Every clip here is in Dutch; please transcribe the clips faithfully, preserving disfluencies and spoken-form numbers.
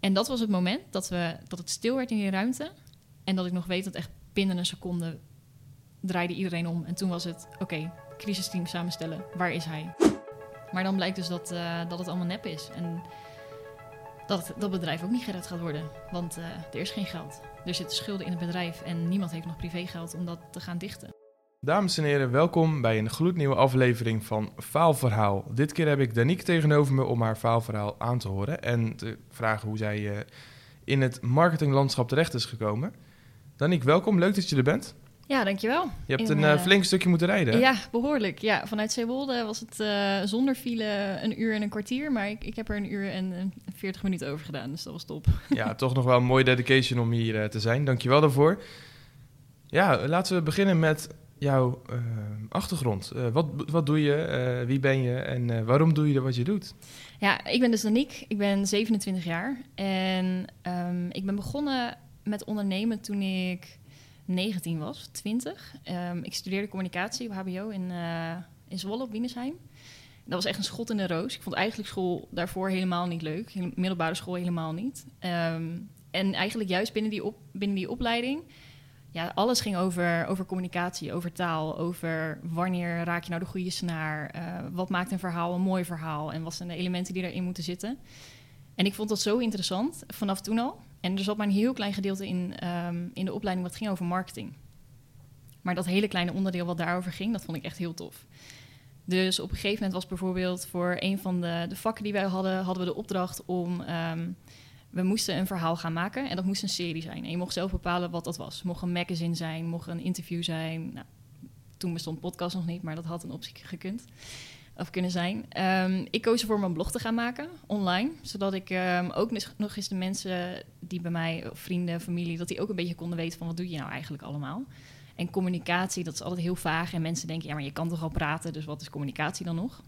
En dat was het moment dat, we, dat het stil werd in die ruimte. En dat ik nog weet dat echt binnen een seconde draaide iedereen om. En toen was het, oké, okay, crisisteam samenstellen, waar is hij? Maar dan blijkt dus dat, uh, dat het allemaal nep is. En dat dat bedrijf ook niet gered gaat worden. Want uh, er is geen geld. Er zitten schulden in het bedrijf en niemand heeft nog privégeld om dat te gaan dichten. Dames en heren, welkom bij een gloednieuwe aflevering van Faalverhaal. Dit keer heb ik Danique tegenover me om haar faalverhaal aan te horen en te vragen hoe zij uh, in het marketinglandschap terecht is gekomen. Danique, welkom. Leuk dat je er bent. Ja, dankjewel. Je hebt in, een uh, uh, flink stukje moeten rijden. Ja, behoorlijk. Ja, vanuit Zeewolde was het uh, zonder file een uur en een kwartier, maar ik, ik heb er een uur en veertig minuten over gedaan, dus dat was top. Ja, toch nog wel een mooie dedication om hier uh, te zijn. Dankjewel daarvoor. Ja, laten we beginnen met jouw uh, achtergrond. Uh, wat, wat doe je, uh, wie ben je en uh, waarom doe je wat je doet? Ja, ik ben dus Danique. Ik ben zevenentwintig jaar en um, ik ben begonnen met ondernemen toen ik negentien was, twintig. Um, ik studeerde communicatie op H B O in, uh, in Zwolle op Wienersheim. Dat was echt een schot in de roos. Ik vond eigenlijk school daarvoor helemaal niet leuk. Middelbare school helemaal niet. Um, en eigenlijk juist binnen die, op, binnen die opleiding, ja, alles ging over, over communicatie, over taal, over wanneer raak je nou de goede snaar, uh, wat maakt een verhaal een mooi verhaal en wat zijn de elementen die erin moeten zitten. En ik vond dat zo interessant, vanaf toen al. En er zat maar een heel klein gedeelte in, um, in de opleiding wat ging over marketing. Maar dat hele kleine onderdeel wat daarover ging, dat vond ik echt heel tof. Dus op een gegeven moment was bijvoorbeeld voor een van de, de vakken die wij hadden, hadden we de opdracht om, um, we moesten een verhaal gaan maken en dat moest een serie zijn. En je mocht zelf bepalen wat dat was. Mocht een magazine zijn, mocht een interview zijn. Nou, toen bestond podcast nog niet, maar dat had een optie gekund. Of kunnen zijn. Um, ik koos ervoor om een blog te gaan maken, online. Zodat ik um, ook nog eens de mensen die bij mij, of vrienden, familie, dat die ook een beetje konden weten van wat doe je nou eigenlijk allemaal. En communicatie, dat is altijd heel vaag. En mensen denken, ja, maar je kan toch al praten, dus wat is communicatie dan nog?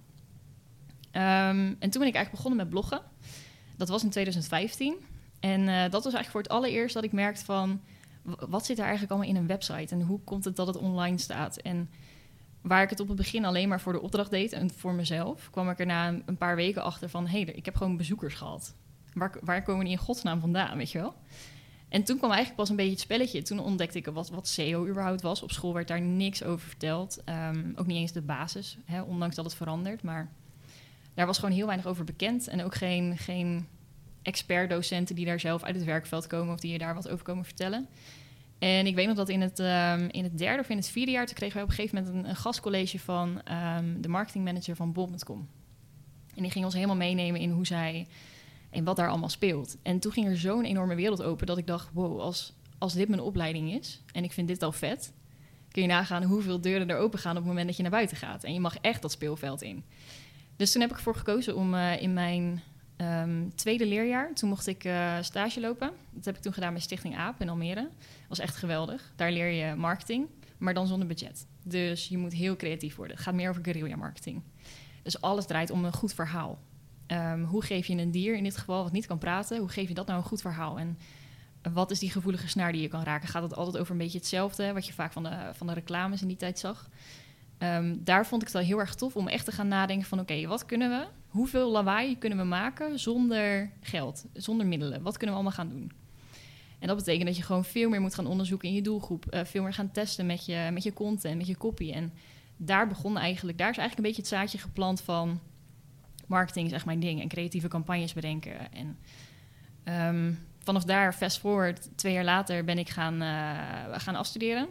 Um, en toen ben ik eigenlijk begonnen met bloggen. Dat was in twintig vijftien. En uh, dat was eigenlijk voor het allereerst dat ik merkte van, wat zit er eigenlijk allemaal in een website? En hoe komt het dat het online staat? En waar ik het op het begin alleen maar voor de opdracht deed en voor mezelf, kwam ik er na een, een paar weken achter van, hé, hey, ik heb gewoon bezoekers gehad. Waar, waar komen die in godsnaam vandaan, weet je wel? En toen kwam eigenlijk pas een beetje het spelletje. Toen ontdekte ik wat, wat S E O überhaupt was. Op school werd daar niks over verteld. Um, ook niet eens de basis, hè, ondanks dat het verandert. Maar daar was gewoon heel weinig over bekend. En ook geen, geen expert-docenten die daar zelf uit het werkveld komen of die je daar wat over komen vertellen. En ik weet nog dat in het, um, in het derde of in het vierde jaar, toen kregen wij op een gegeven moment een, een gastcollege van um, de marketingmanager van bol punt com. En die ging ons helemaal meenemen in hoe zij en wat daar allemaal speelt. En toen ging er zo'n enorme wereld open dat ik dacht, wow, als, als dit mijn opleiding is en ik vind dit al vet, kun je nagaan hoeveel deuren er open gaan op het moment dat je naar buiten gaat. En je mag echt dat speelveld in. Dus toen heb ik ervoor gekozen om uh, in mijn Um, tweede leerjaar, toen mocht ik uh, stage lopen. Dat heb ik toen gedaan bij Stichting AAP in Almere. Dat was echt geweldig. Daar leer je marketing, maar dan zonder budget. Dus je moet heel creatief worden. Het gaat meer over guerrilla marketing. Dus alles draait om een goed verhaal. Um, hoe geef je een dier, in dit geval wat niet kan praten, hoe geef je dat nou een goed verhaal? En wat is die gevoelige snaar die je kan raken? Gaat het altijd over een beetje hetzelfde, wat je vaak van de, van de reclames in die tijd zag? Um, daar vond ik het wel heel erg tof om echt te gaan nadenken van, oké, okay, wat kunnen we? Hoeveel lawaai kunnen we maken zonder geld, zonder middelen? Wat kunnen we allemaal gaan doen? En dat betekent dat je gewoon veel meer moet gaan onderzoeken in je doelgroep. Uh, veel meer gaan testen met je, met je content, met je copy. En daar begon eigenlijk, daar is eigenlijk een beetje het zaadje geplant van marketing is echt mijn ding. En creatieve campagnes bedenken. En um, vanaf daar, fast forward, twee jaar later ben ik gaan, uh, gaan afstuderen.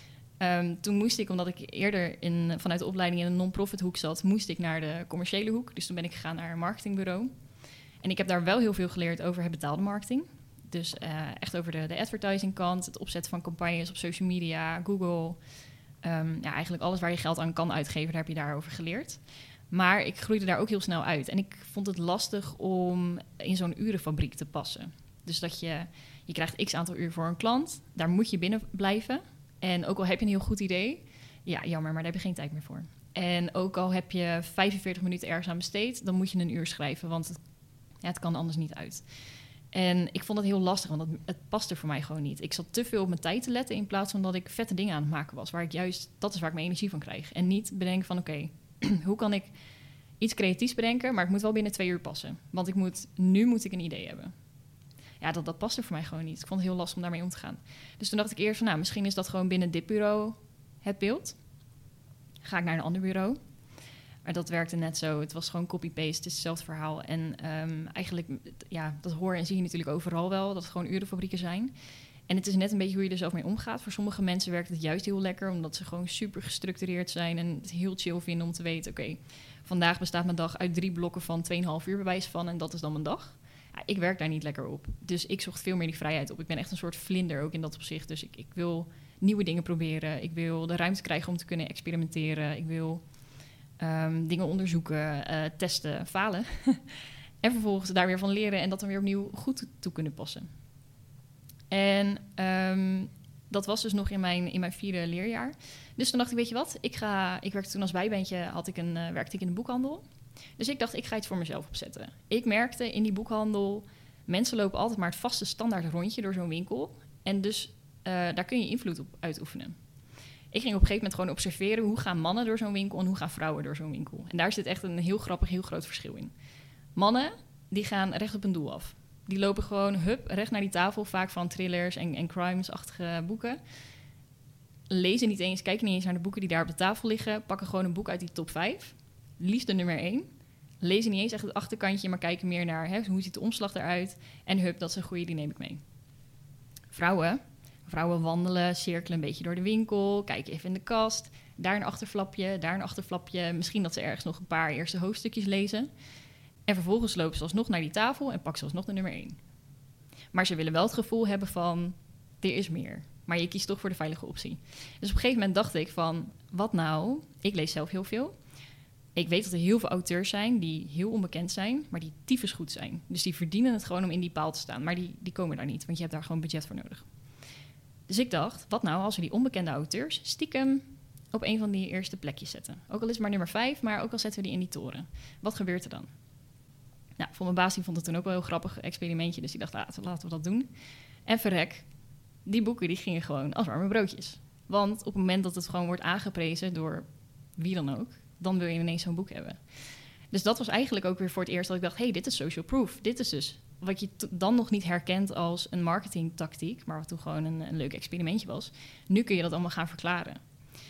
Um, toen moest ik, omdat ik eerder in, vanuit de opleiding in een non-profit hoek zat, moest ik naar de commerciële hoek. Dus toen ben ik gegaan naar een marketingbureau. En ik heb daar wel heel veel geleerd over het betaalde marketing. Dus uh, echt over de, de advertising kant, het opzetten van campagnes op social media, Google. Um, ja, eigenlijk alles waar je geld aan kan uitgeven, daar heb je daarover geleerd. Maar ik groeide daar ook heel snel uit. En ik vond het lastig om in zo'n urenfabriek te passen. Dus dat je, je krijgt x aantal uur voor een klant, daar moet je binnen blijven. En ook al heb je een heel goed idee, ja, jammer, maar daar heb je geen tijd meer voor. En ook al heb je vijfenveertig minuten ergens aan besteed, dan moet je een uur schrijven, want het, ja, het kan anders niet uit. En ik vond dat heel lastig, want het, het paste voor mij gewoon niet. Ik zat te veel op mijn tijd te letten in plaats van dat ik vette dingen aan het maken was. Waar ik juist, dat is waar ik mijn energie van krijg. En niet bedenken van, oké, okay, hoe kan ik iets creatiefs bedenken, maar het moet wel binnen twee uur passen. Want ik moet, nu moet ik een idee hebben. ja, dat, dat paste voor mij gewoon niet. Ik vond het heel lastig om daarmee om te gaan. Dus toen dacht ik eerst van, nou, misschien is dat gewoon binnen dit bureau het beeld. Ga ik naar een ander bureau. Maar dat werkte net zo. Het was gewoon copy-paste, het is hetzelfde verhaal. En um, eigenlijk, ja, dat hoor en zie je natuurlijk overal wel, dat het gewoon urenfabrieken zijn. En het is net een beetje hoe je er zelf mee omgaat. Voor sommige mensen werkt het juist heel lekker, omdat ze gewoon super gestructureerd zijn en het heel chill vinden om te weten, oké, okay, vandaag bestaat mijn dag uit drie blokken van twee komma vijf uur bewijs van en dat is dan mijn dag. Ja, ik werk daar niet lekker op. Dus ik zocht veel meer die vrijheid op. Ik ben echt een soort vlinder ook in dat opzicht. Dus ik, ik wil nieuwe dingen proberen. Ik wil de ruimte krijgen om te kunnen experimenteren. Ik wil um, dingen onderzoeken, uh, testen, falen. En vervolgens daar weer van leren en dat dan weer opnieuw goed toe kunnen passen. En um, dat was dus nog in mijn, in mijn vierde leerjaar. Dus toen dacht ik, weet je wat, ik ga, ik werkte toen als bijbaantje, had ik een, uh, werkte ik in de boekhandel. Dus ik dacht, ik ga iets voor mezelf opzetten. Ik merkte in die boekhandel, mensen lopen altijd maar het vaste standaard rondje door zo'n winkel. En dus uh, daar kun je invloed op uitoefenen. Ik ging op een gegeven moment gewoon observeren, hoe gaan mannen door zo'n winkel en hoe gaan vrouwen door zo'n winkel. En daar zit echt een heel grappig, heel groot verschil in. Mannen, die gaan recht op een doel af. Die lopen gewoon, hup, recht naar die tafel, vaak van thrillers en, en crimes-achtige boeken. Lezen niet eens, kijken niet eens naar de boeken die daar op de tafel liggen. Pakken gewoon een boek uit die top vijf. Liefst de nummer één. Lezen niet eens echt het achterkantje, maar kijken meer naar hè, hoe ziet de omslag eruit. En hup, dat is een goeie, die neem ik mee. Vrouwen, vrouwen wandelen, cirkelen een beetje door de winkel, kijken even in de kast. Daar een achterflapje, daar een achterflapje. Misschien dat ze ergens nog een paar eerste hoofdstukjes lezen. En vervolgens lopen ze alsnog naar die tafel en pakken ze alsnog de nummer één. Maar ze willen wel het gevoel hebben van, er is meer. Maar je kiest toch voor de veilige optie. Dus op een gegeven moment dacht ik van, wat nou? Ik lees zelf heel veel. Ik weet dat er heel veel auteurs zijn die heel onbekend zijn, maar die tyfus goed zijn. Dus die verdienen het gewoon om in die paal te staan. Maar die, die komen daar niet, want je hebt daar gewoon budget voor nodig. Dus ik dacht, wat nou als we die onbekende auteurs stiekem op een van die eerste plekjes zetten? Ook al is het maar nummer vijf, maar ook al zetten we die in die toren. Wat gebeurt er dan? Nou, voor mijn baas die vond het toen ook wel een heel grappig experimentje. Dus die dacht, ah, laten we dat doen. En verrek, die boeken die gingen gewoon als warme broodjes. Want op het moment dat het gewoon wordt aangeprezen door wie dan ook, dan wil je ineens zo'n boek hebben. Dus dat was eigenlijk ook weer voor het eerst dat ik dacht, hey, dit is social proof. Dit is dus wat je t- dan nog niet herkent als een marketingtactiek, maar wat toen gewoon een, een leuk experimentje was. Nu kun je dat allemaal gaan verklaren.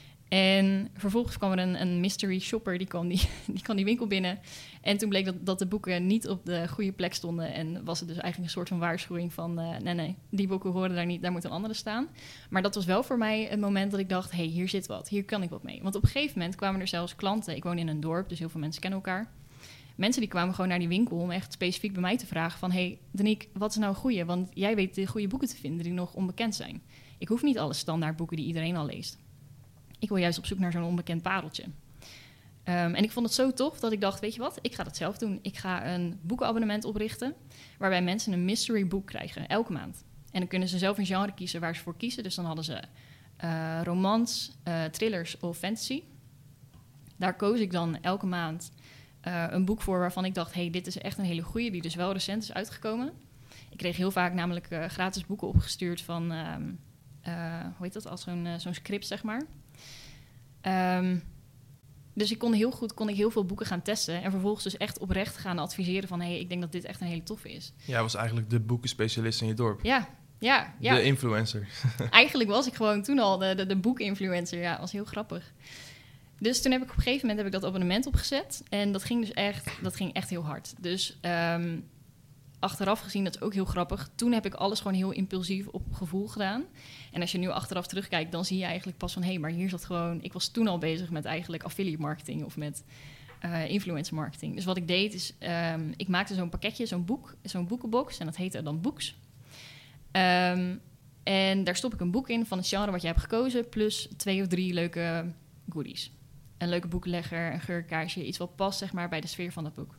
En vervolgens kwam er een, een mystery shopper, die kwam die, die kwam die winkel binnen. En toen bleek dat, dat de boeken niet op de goede plek stonden. En was het dus eigenlijk een soort van waarschuwing van, uh, nee, nee, die boeken horen daar niet, daar moet een andere staan. Maar dat was wel voor mij een moment dat ik dacht, hé, hey, hier zit wat, hier kan ik wat mee. Want op een gegeven moment kwamen er zelfs klanten, ik woon in een dorp, dus heel veel mensen kennen elkaar. Mensen die kwamen gewoon naar die winkel om echt specifiek bij mij te vragen van, hé, hey, Danique, wat is nou een goeie? Want jij weet de goede boeken te vinden die nog onbekend zijn. Ik hoef niet alle standaard boeken die iedereen al leest. Ik wil juist op zoek naar zo'n onbekend pareltje. Um, en ik vond het zo tof dat ik dacht, weet je wat, ik ga dat zelf doen. Ik ga een boekenabonnement oprichten waarbij mensen een mystery boek krijgen, elke maand. En dan kunnen ze zelf een genre kiezen waar ze voor kiezen. Dus dan hadden ze uh, romans, uh, thrillers of fantasy. Daar koos ik dan elke maand uh, een boek voor waarvan ik dacht, hey, dit is echt een hele goeie, die dus wel recent is uitgekomen. Ik kreeg heel vaak namelijk uh, gratis boeken opgestuurd van, uh, uh, hoe heet dat, als zo'n, uh, zo'n script, zeg maar. Um, dus ik kon heel goed kon ik heel veel boeken gaan testen en vervolgens dus echt oprecht gaan adviseren van, hey, ik denk dat dit echt een hele toffe is. Ja, was eigenlijk de boekenspecialist in je dorp. Ja, ja, ja. De influencer. Eigenlijk was ik gewoon toen al de, de, de boekinfluencer. Ja, was heel grappig. Dus toen heb ik op een gegeven moment heb ik dat abonnement opgezet en dat ging dus echt, dat ging echt heel hard. Dus um, achteraf gezien, dat is ook heel grappig. Toen heb ik alles gewoon heel impulsief op gevoel gedaan. En als je nu achteraf terugkijkt, dan zie je eigenlijk pas van, hé, hey, maar hier zat gewoon, ik was toen al bezig met eigenlijk affiliate marketing of met uh, influencer marketing. Dus wat ik deed is, um, ik maakte zo'n pakketje, zo'n boek, zo'n boekenbox en dat heette dan Books. Um, en daar stop ik een boek in van het genre wat je hebt gekozen, plus twee of drie leuke goodies. Een leuke boekenlegger, een geurkaartje, iets wat past, zeg maar, bij de sfeer van dat boek.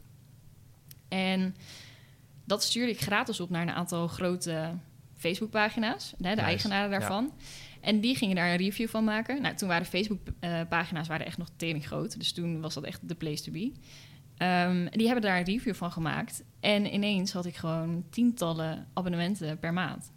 En dat stuurde ik gratis op naar een aantal grote Facebookpagina's, de nice. Eigenaren daarvan. Ja. En die gingen daar een review van maken. Nou, toen waren Facebookpagina's uh, waren echt nog tering groot. Dus toen was dat echt de place to be. Um, die hebben daar een review van gemaakt. En ineens had ik gewoon tientallen abonnementen per maand.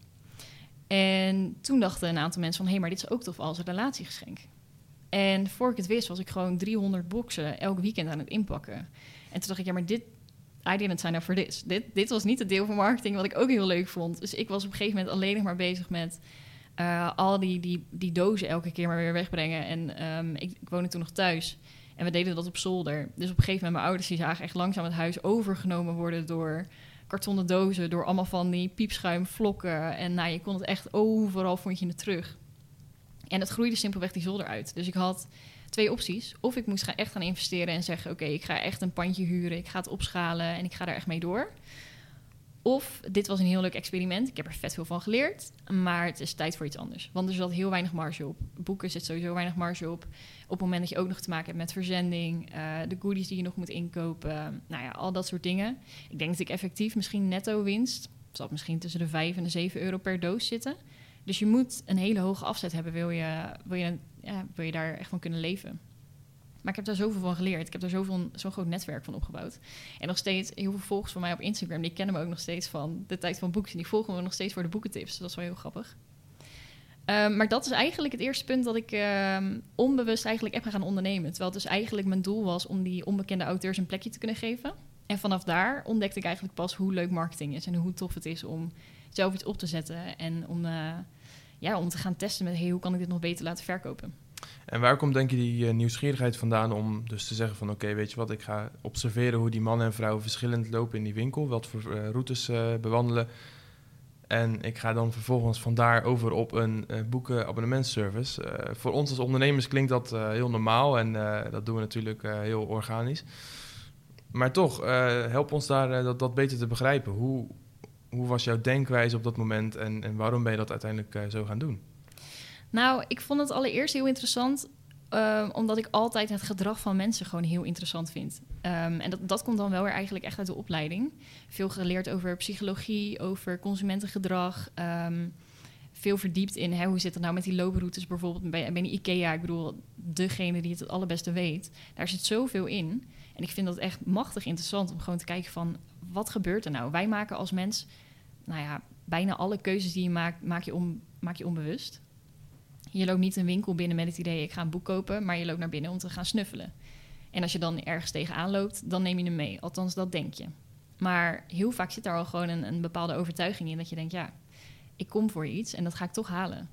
En toen dachten een aantal mensen van, hé, hey, maar dit is ook tof als een relatiegeschenk. En voor ik het wist, was ik gewoon driehonderd boxen elk weekend aan het inpakken. En toen dacht ik, ja, maar dit I didn't sign up for this. Dit, dit was niet het deel van marketing wat ik ook heel leuk vond. Dus ik was op een gegeven moment alleen nog maar bezig met uh, al die, die, die dozen elke keer maar weer wegbrengen. En um, ik, ik woonde toen nog thuis. En we deden dat op zolder. Dus op een gegeven moment mijn ouders die zagen echt langzaam het huis overgenomen worden door kartonnen dozen, door allemaal van die piepschuimvlokken. En nou, je kon het echt overal, vond je het terug. En het groeide simpelweg die zolder uit. Dus ik had twee opties. Of ik moest gaan echt gaan investeren en zeggen, oké, okay, ik ga echt een pandje huren, ik ga het opschalen en ik ga daar echt mee door. Of dit was een heel leuk experiment. Ik heb er vet veel van geleerd, maar het is tijd voor iets anders. Want er zat heel weinig marge op. Boeken zit sowieso weinig marge op. Op het moment dat je ook nog te maken hebt met verzending, uh, de goodies die je nog moet inkopen, nou ja, al dat soort dingen. Ik denk dat ik effectief misschien netto winst, zal misschien tussen de vijf en de zeven euro per doos zitten. Dus je moet een hele hoge afzet hebben, wil je, wil je, ja, wil je daar echt van kunnen leven. Maar ik heb daar zoveel van geleerd. Ik heb daar zoveel, zo'n groot netwerk van opgebouwd. En nog steeds, heel veel volgers van mij op Instagram, die kennen me ook nog steeds van de tijd van boeken. En die volgen me nog steeds voor de boekentips. Dat is wel heel grappig. Um, maar dat is eigenlijk het eerste punt dat ik um, onbewust eigenlijk echt ben gaan ondernemen. Terwijl het dus eigenlijk mijn doel was om die onbekende auteurs een plekje te kunnen geven. En vanaf daar ontdekte ik eigenlijk pas hoe leuk marketing is. En hoe tof het is om zelf iets op te zetten. En om, uh, ja, om te gaan testen met, hey, hoe kan ik dit nog beter laten verkopen? En waar komt denk je die uh, nieuwsgierigheid vandaan om dus te zeggen van oké, okay, weet je wat, ik ga observeren hoe die mannen en vrouwen verschillend lopen in die winkel, wat voor uh, routes uh, bewandelen. En ik ga dan vervolgens vandaar over op een uh, boekenabonnementsservice. Uh, voor ons als ondernemers klinkt dat uh, heel normaal en uh, dat doen we natuurlijk uh, heel organisch. Maar toch, uh, help ons daar uh, dat, dat beter te begrijpen. Hoe, hoe was jouw denkwijze op dat moment en, en waarom ben je dat uiteindelijk uh, zo gaan doen? Nou, ik vond het allereerst heel interessant, uh, omdat ik altijd het gedrag van mensen gewoon heel interessant vind. Um, en dat, dat komt dan wel weer eigenlijk echt uit de opleiding. Veel geleerd over psychologie, over consumentengedrag. Um, veel verdiept in hè, hoe zit het nou met die looproutes bijvoorbeeld bij, bij de IKEA. Ik bedoel, degene die het het allerbeste weet. Daar zit zoveel in. En ik vind dat echt machtig interessant om gewoon te kijken van, wat gebeurt er nou? Wij maken als mens, nou ja, bijna alle keuzes die je maakt, maak je, on, maak je onbewust. Je loopt niet een winkel binnen met het idee, ik ga een boek kopen, maar je loopt naar binnen om te gaan snuffelen. En als je dan ergens tegenaan loopt, dan neem je hem mee. Althans, dat denk je. Maar heel vaak zit daar al gewoon een, een bepaalde overtuiging in, dat je denkt, ja, ik kom voor iets en dat ga ik toch halen.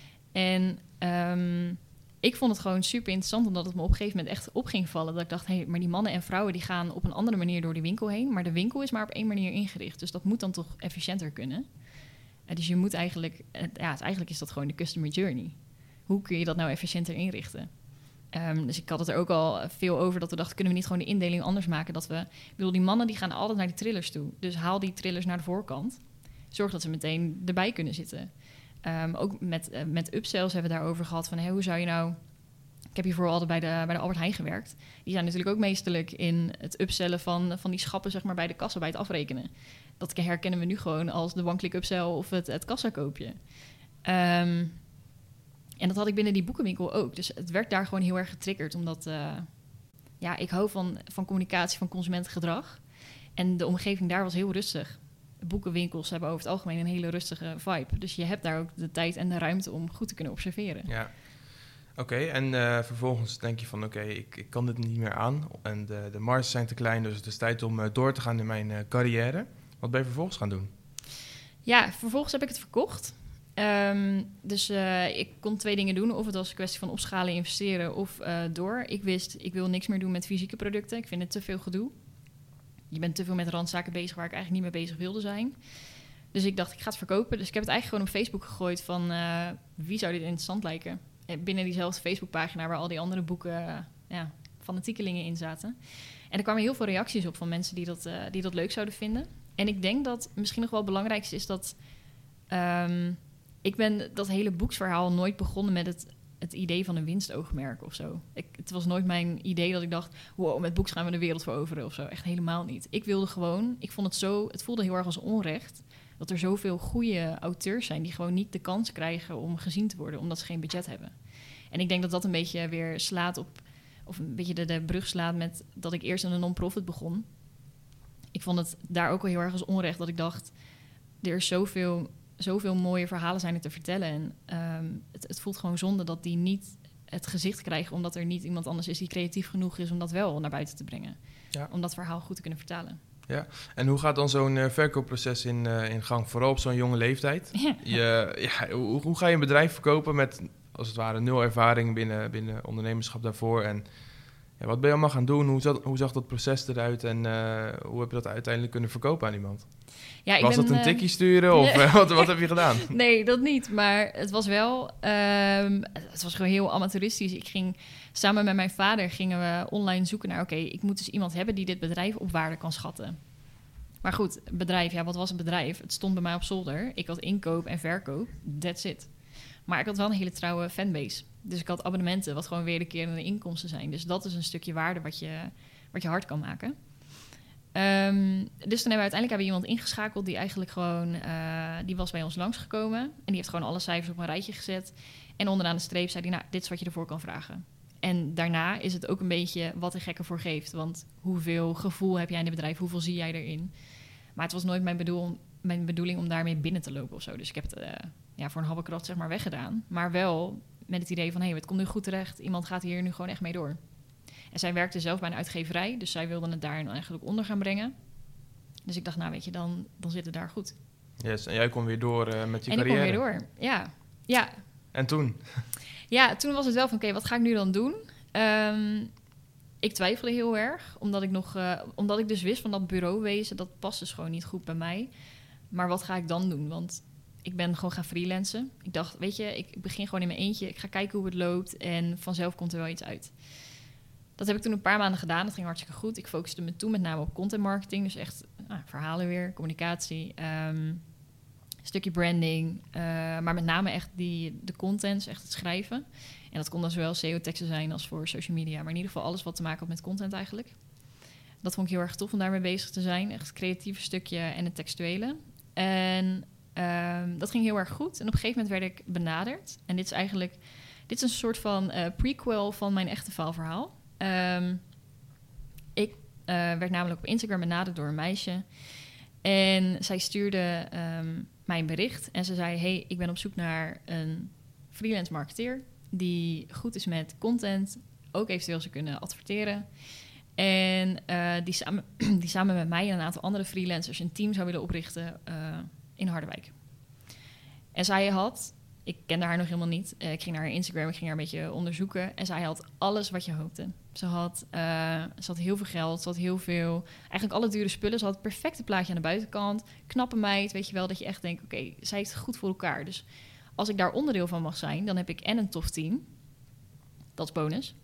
En um, ik vond het gewoon super interessant, omdat het me op een gegeven moment echt op ging vallen. Dat ik dacht, hé, hey, maar die mannen en vrouwen die gaan op een andere manier door die winkel heen. Maar de winkel is maar op één manier ingericht. Dus dat moet dan toch efficiënter kunnen. Uh, dus je moet eigenlijk, uh, ja, eigenlijk is dat gewoon de customer journey. Hoe kun je dat nou efficiënter inrichten? Um, dus ik had het er ook al veel over dat we dachten, kunnen we niet gewoon de indeling anders maken? Dat we, ik bedoel, die mannen die gaan altijd naar die trillers toe. Dus haal die trillers naar de voorkant. Zorg dat ze meteen erbij kunnen zitten. Um, ook met, uh, met upsells hebben we daarover gehad van, hey, hoe zou je nou... Ik heb hiervoor altijd bij de, bij de Albert Heijn gewerkt. Die zijn natuurlijk ook meesterlijk in het upsellen van, van die schappen, zeg maar, bij de kassa, bij het afrekenen. Dat herkennen we nu gewoon als de one-click upsell of het, het kassakoopje. Um, en dat had ik binnen die boekenwinkel ook. Dus het werd daar gewoon heel erg getriggerd, omdat uh, ja, ik hou van, van communicatie, van consumentengedrag. En de omgeving daar was heel rustig. Boekenwinkels hebben over het algemeen een hele rustige vibe. Dus je hebt daar ook de tijd en de ruimte om goed te kunnen observeren. Ja, oké. Okay, en uh, vervolgens denk je van, oké, okay, ik, ik kan dit niet meer aan. En de, de marges zijn te klein, dus het is tijd om uh, door te gaan in mijn uh, carrière. Wat ben je vervolgens gaan doen? Ja, vervolgens heb ik het verkocht. Um, dus uh, ik kon twee dingen doen. Of het was een kwestie van opschalen, investeren of uh, door. Ik wist, ik wil niks meer doen met fysieke producten. Ik vind het te veel gedoe. Je bent te veel met randzaken bezig waar ik eigenlijk niet mee bezig wilde zijn. Dus ik dacht, ik ga het verkopen. Dus ik heb het eigenlijk gewoon op Facebook gegooid van... Uh, wie zou dit interessant lijken? En binnen diezelfde Facebookpagina waar al die andere boeken... Uh, ja, fanatiekelingen in zaten. En er kwamen heel veel reacties op van mensen die dat, uh, die dat leuk zouden vinden. En ik denk dat misschien nog wel het belangrijkste is dat... Um, ik ben dat hele boeksverhaal nooit begonnen met het... het idee van een winstoogmerk of zo. Ik, het was nooit mijn idee dat ik dacht... wow, met boeks gaan we de wereld veroveren of zo. Echt helemaal niet. Ik wilde gewoon... Ik vond het zo... Het voelde heel erg als onrecht... dat er zoveel goede auteurs zijn... die gewoon niet de kans krijgen om gezien te worden... omdat ze geen budget hebben. En ik denk dat dat een beetje weer slaat op... of een beetje de, de brug slaat met... dat ik eerst in een non-profit begon. Ik vond het daar ook wel heel erg als onrecht... dat ik dacht... er is zoveel... zoveel mooie verhalen zijn er te vertellen. En um, het, het voelt gewoon zonde dat die niet het gezicht krijgen... omdat er niet iemand anders is die creatief genoeg is... om dat wel naar buiten te brengen. Ja. Om dat verhaal goed te kunnen vertalen. Ja, en hoe gaat dan zo'n uh, verkoopproces in, uh, in gang, vooral op zo'n jonge leeftijd? Ja. Je, ja, hoe, hoe ga je een bedrijf verkopen met, als het ware, nul ervaring binnen, binnen ondernemerschap daarvoor? En ja, wat ben je allemaal gaan doen? Hoe zag, hoe zag dat proces eruit? En uh, hoe heb je dat uiteindelijk kunnen verkopen aan iemand? Ja, ik was ben, dat een uh, tikkie sturen of uh, wat, wat heb je gedaan? Nee, dat niet. Maar het was wel... Um, het was gewoon heel amateuristisch. Ik ging samen met mijn vader gingen we online zoeken naar... oké, okay, ik moet dus iemand hebben die dit bedrijf op waarde kan schatten. Maar goed, bedrijf, ja, wat was een bedrijf? Het stond bij mij op zolder. Ik had inkoop en verkoop. That's it. Maar ik had wel een hele trouwe fanbase. Dus ik had abonnementen, wat gewoon wederkerende inkomsten zijn. Dus dat is een stukje waarde wat je, wat je hard kan maken. Um, dus toen hebben we uiteindelijk hebben we iemand ingeschakeld die eigenlijk gewoon... Uh, die was bij ons langsgekomen. En die heeft gewoon alle cijfers op een rijtje gezet. En onderaan de streep zei hij, nou, dit is wat je ervoor kan vragen. En daarna is het ook een beetje wat de gek ervoor geeft. Want hoeveel gevoel heb jij in het bedrijf? Hoeveel zie jij erin? Maar het was nooit mijn, bedoel, mijn bedoeling om daarmee binnen te lopen of zo. Dus ik heb het uh, ja, voor een halve kracht zeg maar weggedaan. Maar wel met het idee van, hé, hey, het komt nu goed terecht. Iemand gaat hier nu gewoon echt mee door. En zij werkte zelf bij een uitgeverij. Dus zij wilde het daar eigenlijk onder gaan brengen. Dus ik dacht, nou weet je, dan, dan zit het daar goed. Yes, en jij kon weer door uh, met je en carrière. En ik kon weer door, ja. ja. En toen? Ja, toen was het wel van, oké, okay, wat ga ik nu dan doen? Um, ik twijfelde heel erg, omdat ik nog, uh, omdat ik dus wist van dat bureauwezen, dat past dus gewoon niet goed bij mij. Maar wat ga ik dan doen? Want ik ben gewoon gaan freelancen. Ik dacht, weet je, ik begin gewoon in mijn eentje. Ik ga kijken hoe het loopt en vanzelf komt er wel iets uit. Dat heb ik toen een paar maanden gedaan. Dat ging hartstikke goed. Ik focuste me toen met name op content marketing. Dus echt nou, verhalen weer, communicatie, um, een stukje branding. Uh, maar met name echt die, de content, echt het schrijven. En dat kon dan zowel S E O-teksten zijn als voor social media. Maar in ieder geval alles wat te maken had met content eigenlijk. Dat vond ik heel erg tof om daarmee bezig te zijn. Echt het creatieve stukje en het textuele. En um, dat ging heel erg goed. En op een gegeven moment werd ik benaderd. En dit is eigenlijk... Dit is een soort van uh, prequel van mijn echte faalverhaal. Um, ik uh, werd namelijk op Instagram benaderd door een meisje. En zij stuurde um, mij een bericht. En ze zei, hey, ik ben op zoek naar een freelance marketeer... die goed is met content, ook eventueel ze kunnen adverteren. En uh, die, samen, die samen met mij en een aantal andere freelancers... een team zou willen oprichten uh, in Harderwijk. En zij had... Ik kende haar nog helemaal niet. Uh, ik ging naar haar Instagram, ik ging haar een beetje onderzoeken. En zij had alles wat je hoopte. Ze had, uh, ze had heel veel geld, ze had heel veel... Eigenlijk alle dure spullen. Ze had het perfecte plaatje aan de buitenkant. Knappe meid, weet je wel, dat je echt denkt... Oké, okay, zij heeft het goed voor elkaar. Dus als ik daar onderdeel van mag zijn... dan heb ik en een tof team. Dat is bonus.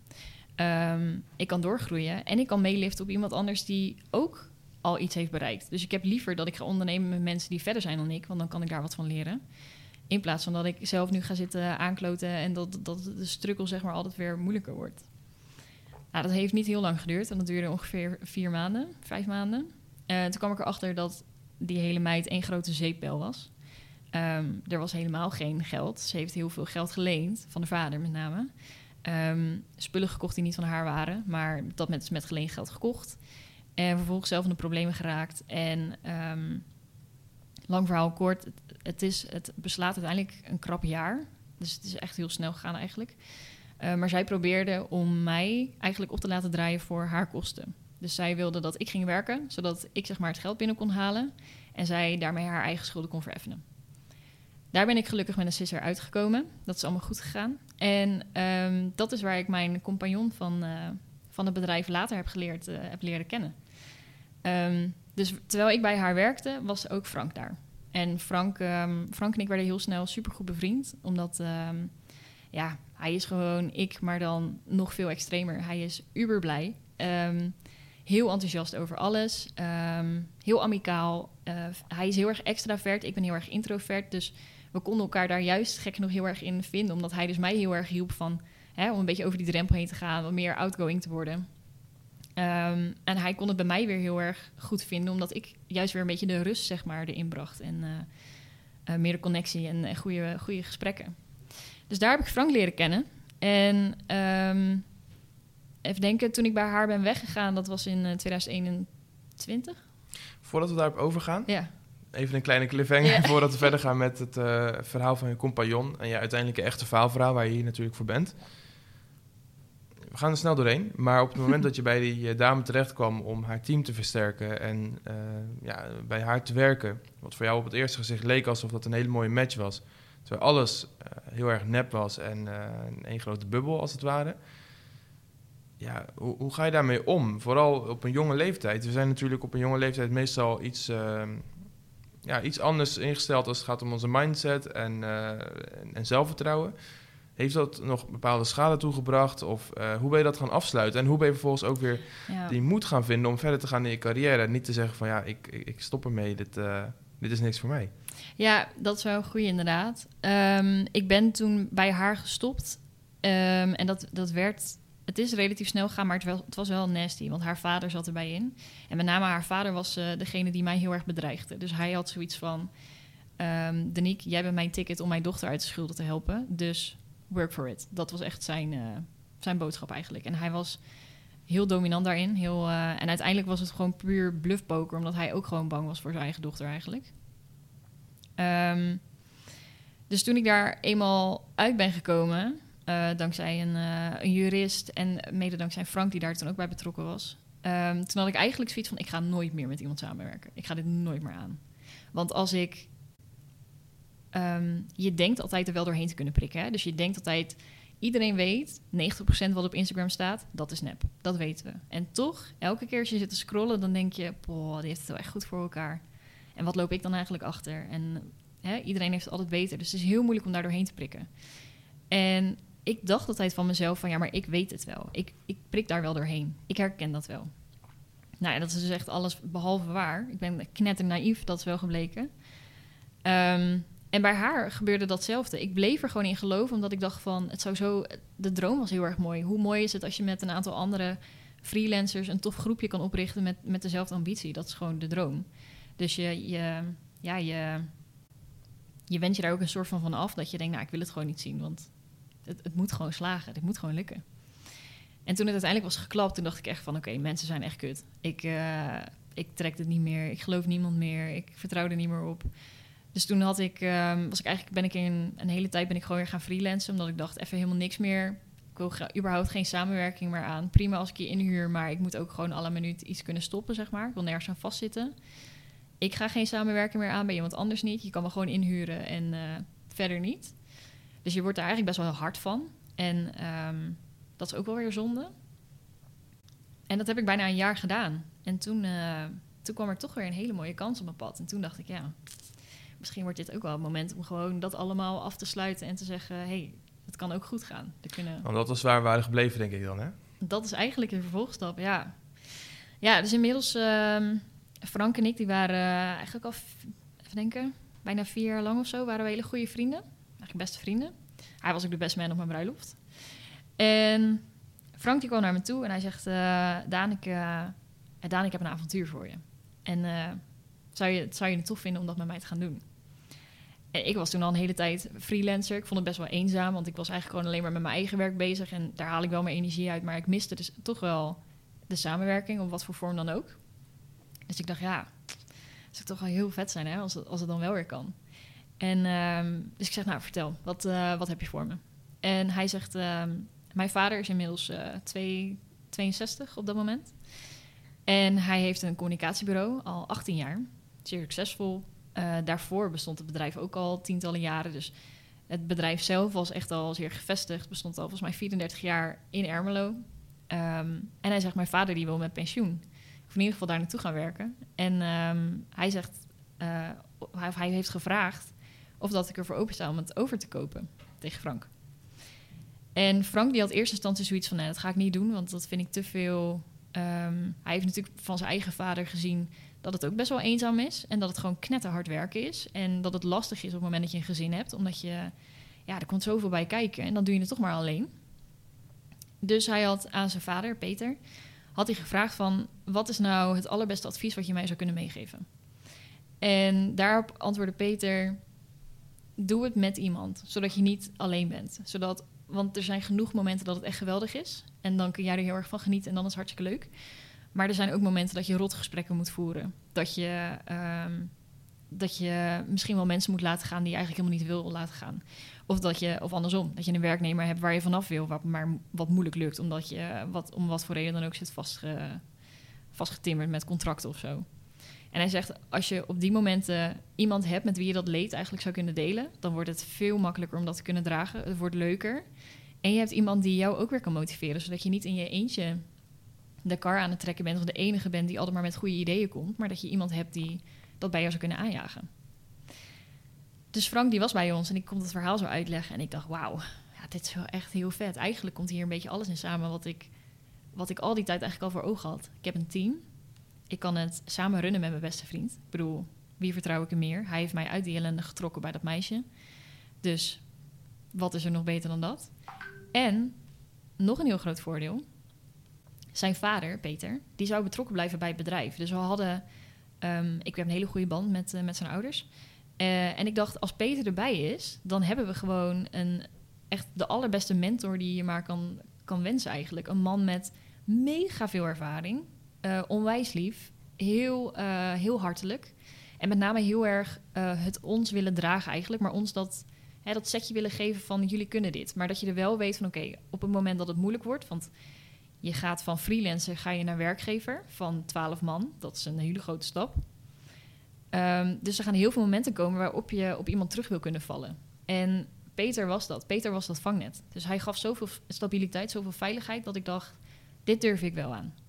Um, ik kan doorgroeien en ik kan meeliften op iemand anders... die ook al iets heeft bereikt. Dus ik heb liever dat ik ga ondernemen met mensen die verder zijn dan ik... want dan kan ik daar wat van leren... In plaats van dat ik zelf nu ga zitten aankloten... en dat, dat de struggle zeg maar altijd weer moeilijker wordt. Nou, dat heeft niet heel lang geduurd. En dat duurde ongeveer vier maanden, vijf maanden. Uh, toen kwam ik erachter dat die hele meid één grote zeepbel was. Um, er was helemaal geen geld. Ze heeft heel veel geld geleend, van de vader met name. Um, spullen gekocht die niet van haar waren... maar dat met, met geleend geld gekocht. En vervolgens zelf in de problemen geraakt. En um, lang verhaal kort... Het, Het, is, het beslaat uiteindelijk een krap jaar. Dus het is echt heel snel gegaan eigenlijk. Uh, maar zij probeerde om mij eigenlijk op te laten draaien voor haar kosten. Dus zij wilde dat ik ging werken, zodat ik zeg maar het geld binnen kon halen. En zij daarmee haar eigen schulden kon vereffenen. Daar ben ik gelukkig met een sisser uitgekomen. Dat is allemaal goed gegaan. En um, dat is waar ik mijn compagnon van, uh, van het bedrijf later heb, geleerd, uh, heb leren kennen. Um, dus terwijl ik bij haar werkte, was ook Frank daar. En Frank, um, Frank en ik werden heel snel supergoed bevriend. Omdat, um, ja, hij is gewoon ik, maar dan nog veel extremer. Hij is uber blij. Um, heel enthousiast over alles. Um, heel amicaal. Uh, hij is heel erg extravert. Ik ben heel erg introvert. Dus we konden elkaar daar juist gek nog heel erg in vinden. Omdat hij dus mij heel erg hielp van, hè, om een beetje over die drempel heen te gaan. Wat meer outgoing te worden. Um, en hij kon het bij mij weer heel erg goed vinden... omdat ik juist weer een beetje de rust zeg maar, erin bracht. En uh, uh, meer de connectie en uh, goede, goede gesprekken. Dus daar heb ik Frank leren kennen. En um, even denken, toen ik bij haar ben weggegaan... dat was in uh, twintig eenentwintig. Voordat we daarop overgaan... Ja. Even een kleine cliffhanger ja. voordat we verder gaan met het uh, verhaal van je compagnon... en je uiteindelijke echte faalverhaal waar je hier natuurlijk voor bent... We gaan er snel doorheen. Maar op het moment dat je bij die uh, dame terecht kwam om haar team te versterken en uh, ja, bij haar te werken, wat voor jou op het eerste gezicht leek alsof dat een hele mooie match was, terwijl alles uh, heel erg nep was en uh, een grote bubbel als het ware. Ja, hoe, hoe ga je daarmee om? Vooral op een jonge leeftijd. We zijn natuurlijk op een jonge leeftijd meestal iets, uh, ja, iets anders ingesteld als het gaat om onze mindset en, uh, en, en zelfvertrouwen. Heeft dat nog bepaalde schade toegebracht? Of uh, hoe ben je dat gaan afsluiten? En hoe ben je vervolgens ook weer ja. die moed gaan vinden om verder te gaan in je carrière? En niet te zeggen van ja, ik, ik, ik stop ermee, dit, uh, dit is niks voor mij. Ja, dat is wel een goeie inderdaad. Um, ik ben toen bij haar gestopt. Um, en dat, dat werd... Het is relatief snel gegaan, maar het, wel, het was wel nasty. Want haar vader zat erbij in. En met name haar vader was uh, degene die mij heel erg bedreigde. Dus hij had zoiets van... Um, Danique, jij bent mijn ticket om mijn dochter uit de schulden te helpen. Dus work for it. Dat was echt zijn, uh, zijn boodschap eigenlijk. En hij was heel dominant daarin. Heel, uh, en uiteindelijk was het gewoon puur bluffpoker... omdat hij ook gewoon bang was voor zijn eigen dochter eigenlijk. Um, dus toen ik daar eenmaal uit ben gekomen... Uh, dankzij een, uh, een jurist en mede dankzij Frank... die daar toen ook bij betrokken was... Um, toen had ik eigenlijk zoiets van... ik ga nooit meer met iemand samenwerken. Ik ga dit nooit meer aan. Want als ik... Um, je denkt altijd er wel doorheen te kunnen prikken. Hè? Dus je denkt altijd... Iedereen weet, negentig procent wat op Instagram staat... dat is nep. Dat weten we. En toch, elke keer als je zit te scrollen... dan denk je, boah, die heeft het wel echt goed voor elkaar. En wat loop ik dan eigenlijk achter? En hè, iedereen heeft het altijd beter. Dus het is heel moeilijk om daar doorheen te prikken. En... ik dacht altijd van mezelf van... ja, maar ik weet het wel. Ik, ik prik daar wel doorheen. Ik herken dat wel. Nou ja, dat is dus echt alles behalve waar. Ik ben knetternaïef, dat is wel gebleken. Um, en bij haar gebeurde datzelfde. Ik bleef er gewoon in geloven, omdat ik dacht van... het zou zo... de droom was heel erg mooi. Hoe mooi is het als je met een aantal andere freelancers... een tof groepje kan oprichten met, met dezelfde ambitie. Dat is gewoon de droom. Dus je... je ja, je... je wendt je daar ook een soort van van af... dat je denkt, nou, ik wil het gewoon niet zien, want... Het, het moet gewoon slagen. Dit moet gewoon lukken. En toen het uiteindelijk was geklapt, toen dacht ik echt van... oké, okay, mensen zijn echt kut. Ik, uh, ik trek dit niet meer. Ik geloof niemand meer. Ik vertrouw er niet meer op. Dus toen had ik, um, was ik eigenlijk, ben ik in een hele tijd ben ik gewoon weer gaan freelancen... omdat ik dacht, even helemaal niks meer. Ik wil gra- überhaupt geen samenwerking meer aan. Prima als ik je inhuur, maar ik moet ook gewoon alle minuut iets kunnen stoppen, zeg maar. Ik wil nergens aan vastzitten. Ik ga geen samenwerking meer aan bij iemand anders niet. Je kan me gewoon inhuren en uh, verder niet. Dus je wordt daar eigenlijk best wel hard van. En um, dat is ook wel weer zonde. En dat heb ik bijna een jaar gedaan. En toen, uh, toen kwam er toch weer een hele mooie kans op mijn pad. En toen dacht ik, ja, misschien wordt dit ook wel het moment... om gewoon dat allemaal af te sluiten en te zeggen... hé, hey, het kan ook goed gaan. Er kunnen... Want dat was waar we waren gebleven, denk ik dan, hè? Dat is eigenlijk de vervolgstap, ja. Ja, dus inmiddels... Uh, Frank en ik, die waren uh, eigenlijk al... F- even denken, bijna vier jaar lang of zo... waren we hele goede vrienden. Eigenlijk beste vrienden. Hij was ook de best man op mijn bruiloft. En Frank die kwam naar me toe en hij zegt... Uh, Daan, ik, uh, Daan, ik heb een avontuur voor je. En uh, zou, je, zou je het tof vinden om dat met mij te gaan doen? En ik was toen al een hele tijd freelancer. Ik vond het best wel eenzaam, want ik was eigenlijk gewoon alleen maar met mijn eigen werk bezig. En daar haal ik wel mijn energie uit. Maar ik miste dus toch wel de samenwerking, op wat voor vorm dan ook. Dus ik dacht, ja, het zou toch wel heel vet zijn, hè, als het, als het dan wel weer kan. En um, dus ik zeg, nou, vertel, wat, uh, wat heb je voor me? En hij zegt, um, mijn vader is inmiddels uh, twee, tweeënzestig op dat moment. En hij heeft een communicatiebureau, al achttien jaar. Zeer succesvol. Uh, daarvoor bestond het bedrijf ook al tientallen jaren. Dus het bedrijf zelf was echt al zeer gevestigd. Bestond al volgens mij vierendertig jaar in Ermelo. Um, en hij zegt, mijn vader die wil met pensioen. Of in ieder geval daar naartoe gaan werken. En um, hij zegt, uh, hij, hij heeft gevraagd... of dat ik ervoor opensta om het over te kopen tegen Frank. En Frank die had eerst instantie zoiets van... nee, dat ga ik niet doen, want dat vind ik te veel... Um, hij heeft natuurlijk van zijn eigen vader gezien... dat het ook best wel eenzaam is... en dat het gewoon knetterhard werken is... en dat het lastig is op het moment dat je een gezin hebt... omdat je... ja, er komt zoveel bij kijken... en dan doe je het toch maar alleen. Dus hij had aan zijn vader, Peter... had hij gevraagd van... wat is nou het allerbeste advies wat je mij zou kunnen meegeven? En daarop antwoordde Peter... doe het met iemand, zodat je niet alleen bent. Zodat, want er zijn genoeg momenten dat het echt geweldig is. En dan kun jij er heel erg van genieten en dan is het hartstikke leuk. Maar er zijn ook momenten dat je rotgesprekken moet voeren. Dat je um, dat je misschien wel mensen moet laten gaan die je eigenlijk helemaal niet wil laten gaan. Of, dat je, of andersom, dat je een werknemer hebt waar je vanaf wil, wat maar wat moeilijk lukt, omdat je wat, om wat voor reden dan ook zit vastge, vastgetimmerd met contracten of zo. En hij zegt, als je op die momenten iemand hebt met wie je dat leed eigenlijk zou kunnen delen, dan wordt het veel makkelijker om dat te kunnen dragen. Het wordt leuker. En je hebt iemand die jou ook weer kan motiveren, zodat je niet in je eentje de kar aan het trekken bent of de enige bent die altijd maar met goede ideeën komt, maar dat je iemand hebt die dat bij jou zou kunnen aanjagen. Dus Frank die was bij ons en ik kon het verhaal zo uitleggen en ik dacht, wauw, ja, dit is wel echt heel vet. Eigenlijk komt hier een beetje alles in samen wat ik, wat ik al die tijd eigenlijk al voor ogen had. Ik heb een team. Ik kan het samen runnen met mijn beste vriend. Ik bedoel, wie vertrouw ik er meer? Hij heeft mij uit die ellende getrokken bij dat meisje. Dus wat is er nog beter dan dat? En nog een heel groot voordeel. Zijn vader, Peter, die zou betrokken blijven bij het bedrijf. Dus we hadden... Um, ik heb een hele goede band met, uh, met zijn ouders. Uh, en ik dacht, als Peter erbij is, dan hebben we gewoon een echt de allerbeste mentor die je maar kan, kan wensen eigenlijk. Een man met mega veel ervaring, uh, onwijs lief, heel, uh, heel hartelijk. En met name heel erg uh, het ons willen dragen eigenlijk, maar ons dat, hè, dat setje willen geven van jullie kunnen dit. Maar dat je er wel weet van oké, okay, op het moment dat het moeilijk wordt, want je gaat van freelancer ga je naar werkgever van twaalf man. Dat is een hele grote stap. Um, dus er gaan heel veel momenten komen waarop je op iemand terug wil kunnen vallen. En Peter was dat. Peter was dat vangnet. Dus hij gaf zoveel stabiliteit, zoveel veiligheid, dat ik dacht, dit durf ik wel aan.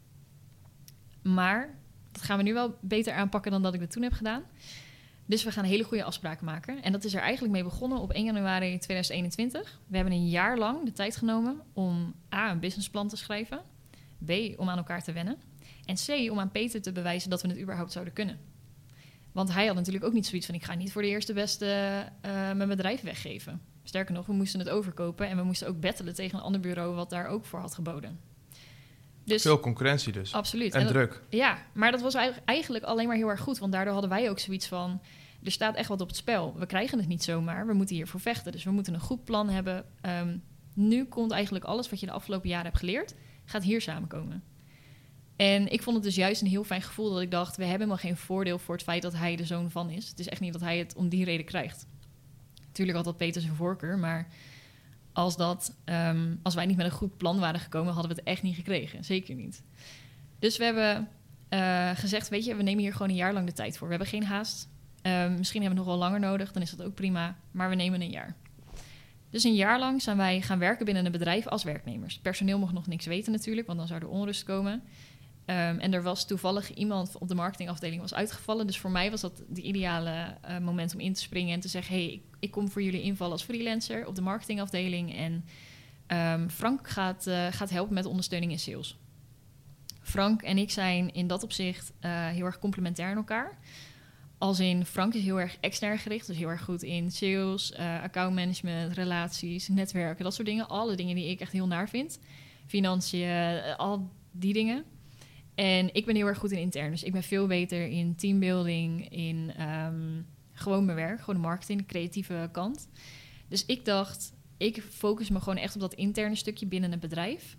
Maar dat gaan we nu wel beter aanpakken dan dat ik dat toen heb gedaan. Dus we gaan hele goede afspraken maken. En dat is er eigenlijk mee begonnen op één januari tweeduizend eenentwintig. We hebben een jaar lang de tijd genomen om A, een businessplan te schrijven. B, om aan elkaar te wennen. En C, om aan Peter te bewijzen dat we het überhaupt zouden kunnen. Want hij had natuurlijk ook niet zoiets van, ik ga niet voor de eerste beste uh, mijn bedrijf weggeven. Sterker nog, we moesten het overkopen en we moesten ook battelen tegen een ander bureau wat daar ook voor had geboden. Dus, veel concurrentie dus. Absoluut. En, en druk. Dat, ja, maar dat was eigenlijk alleen maar heel erg goed. Want daardoor hadden wij ook zoiets van, er staat echt wat op het spel. We krijgen het niet zomaar, we moeten hiervoor vechten. Dus we moeten een goed plan hebben. Um, nu komt eigenlijk alles wat je de afgelopen jaren hebt geleerd, gaat hier samenkomen. En ik vond het dus juist een heel fijn gevoel dat ik dacht, we hebben helemaal geen voordeel voor het feit dat hij de zoon van is. Het is echt niet dat hij het om die reden krijgt. Tuurlijk had dat Peter zijn voorkeur, maar als, dat, um, als wij niet met een goed plan waren gekomen, hadden we het echt niet gekregen. Zeker niet. Dus we hebben uh, gezegd, weet je, we nemen hier gewoon een jaar lang de tijd voor. We hebben geen haast. Um, misschien hebben we nog wel langer nodig, dan is dat ook prima. Maar we nemen een jaar. Dus een jaar lang zijn wij gaan werken binnen een bedrijf als werknemers. Het personeel mocht nog niks weten natuurlijk, want dan zou er onrust komen. Um, en er was toevallig iemand op de marketingafdeling was uitgevallen. Dus voor mij was dat de ideale uh, moment om in te springen en te zeggen, hey, ik, ik kom voor jullie invallen als freelancer op de marketingafdeling. En um, Frank gaat, uh, gaat helpen met ondersteuning in sales. Frank en ik zijn in dat opzicht uh, heel erg complementair aan elkaar. Als in, Frank is heel erg extern gericht, dus heel erg goed in sales, uh, accountmanagement, relaties, netwerken, dat soort dingen. Alle dingen die ik echt heel naar vind. Financiën, uh, al die dingen. En ik ben heel erg goed in intern. Dus ik ben veel beter in teambuilding, in um, gewoon mijn werk, gewoon de marketing, de creatieve kant. Dus ik dacht, ik focus me gewoon echt op dat interne stukje binnen het bedrijf.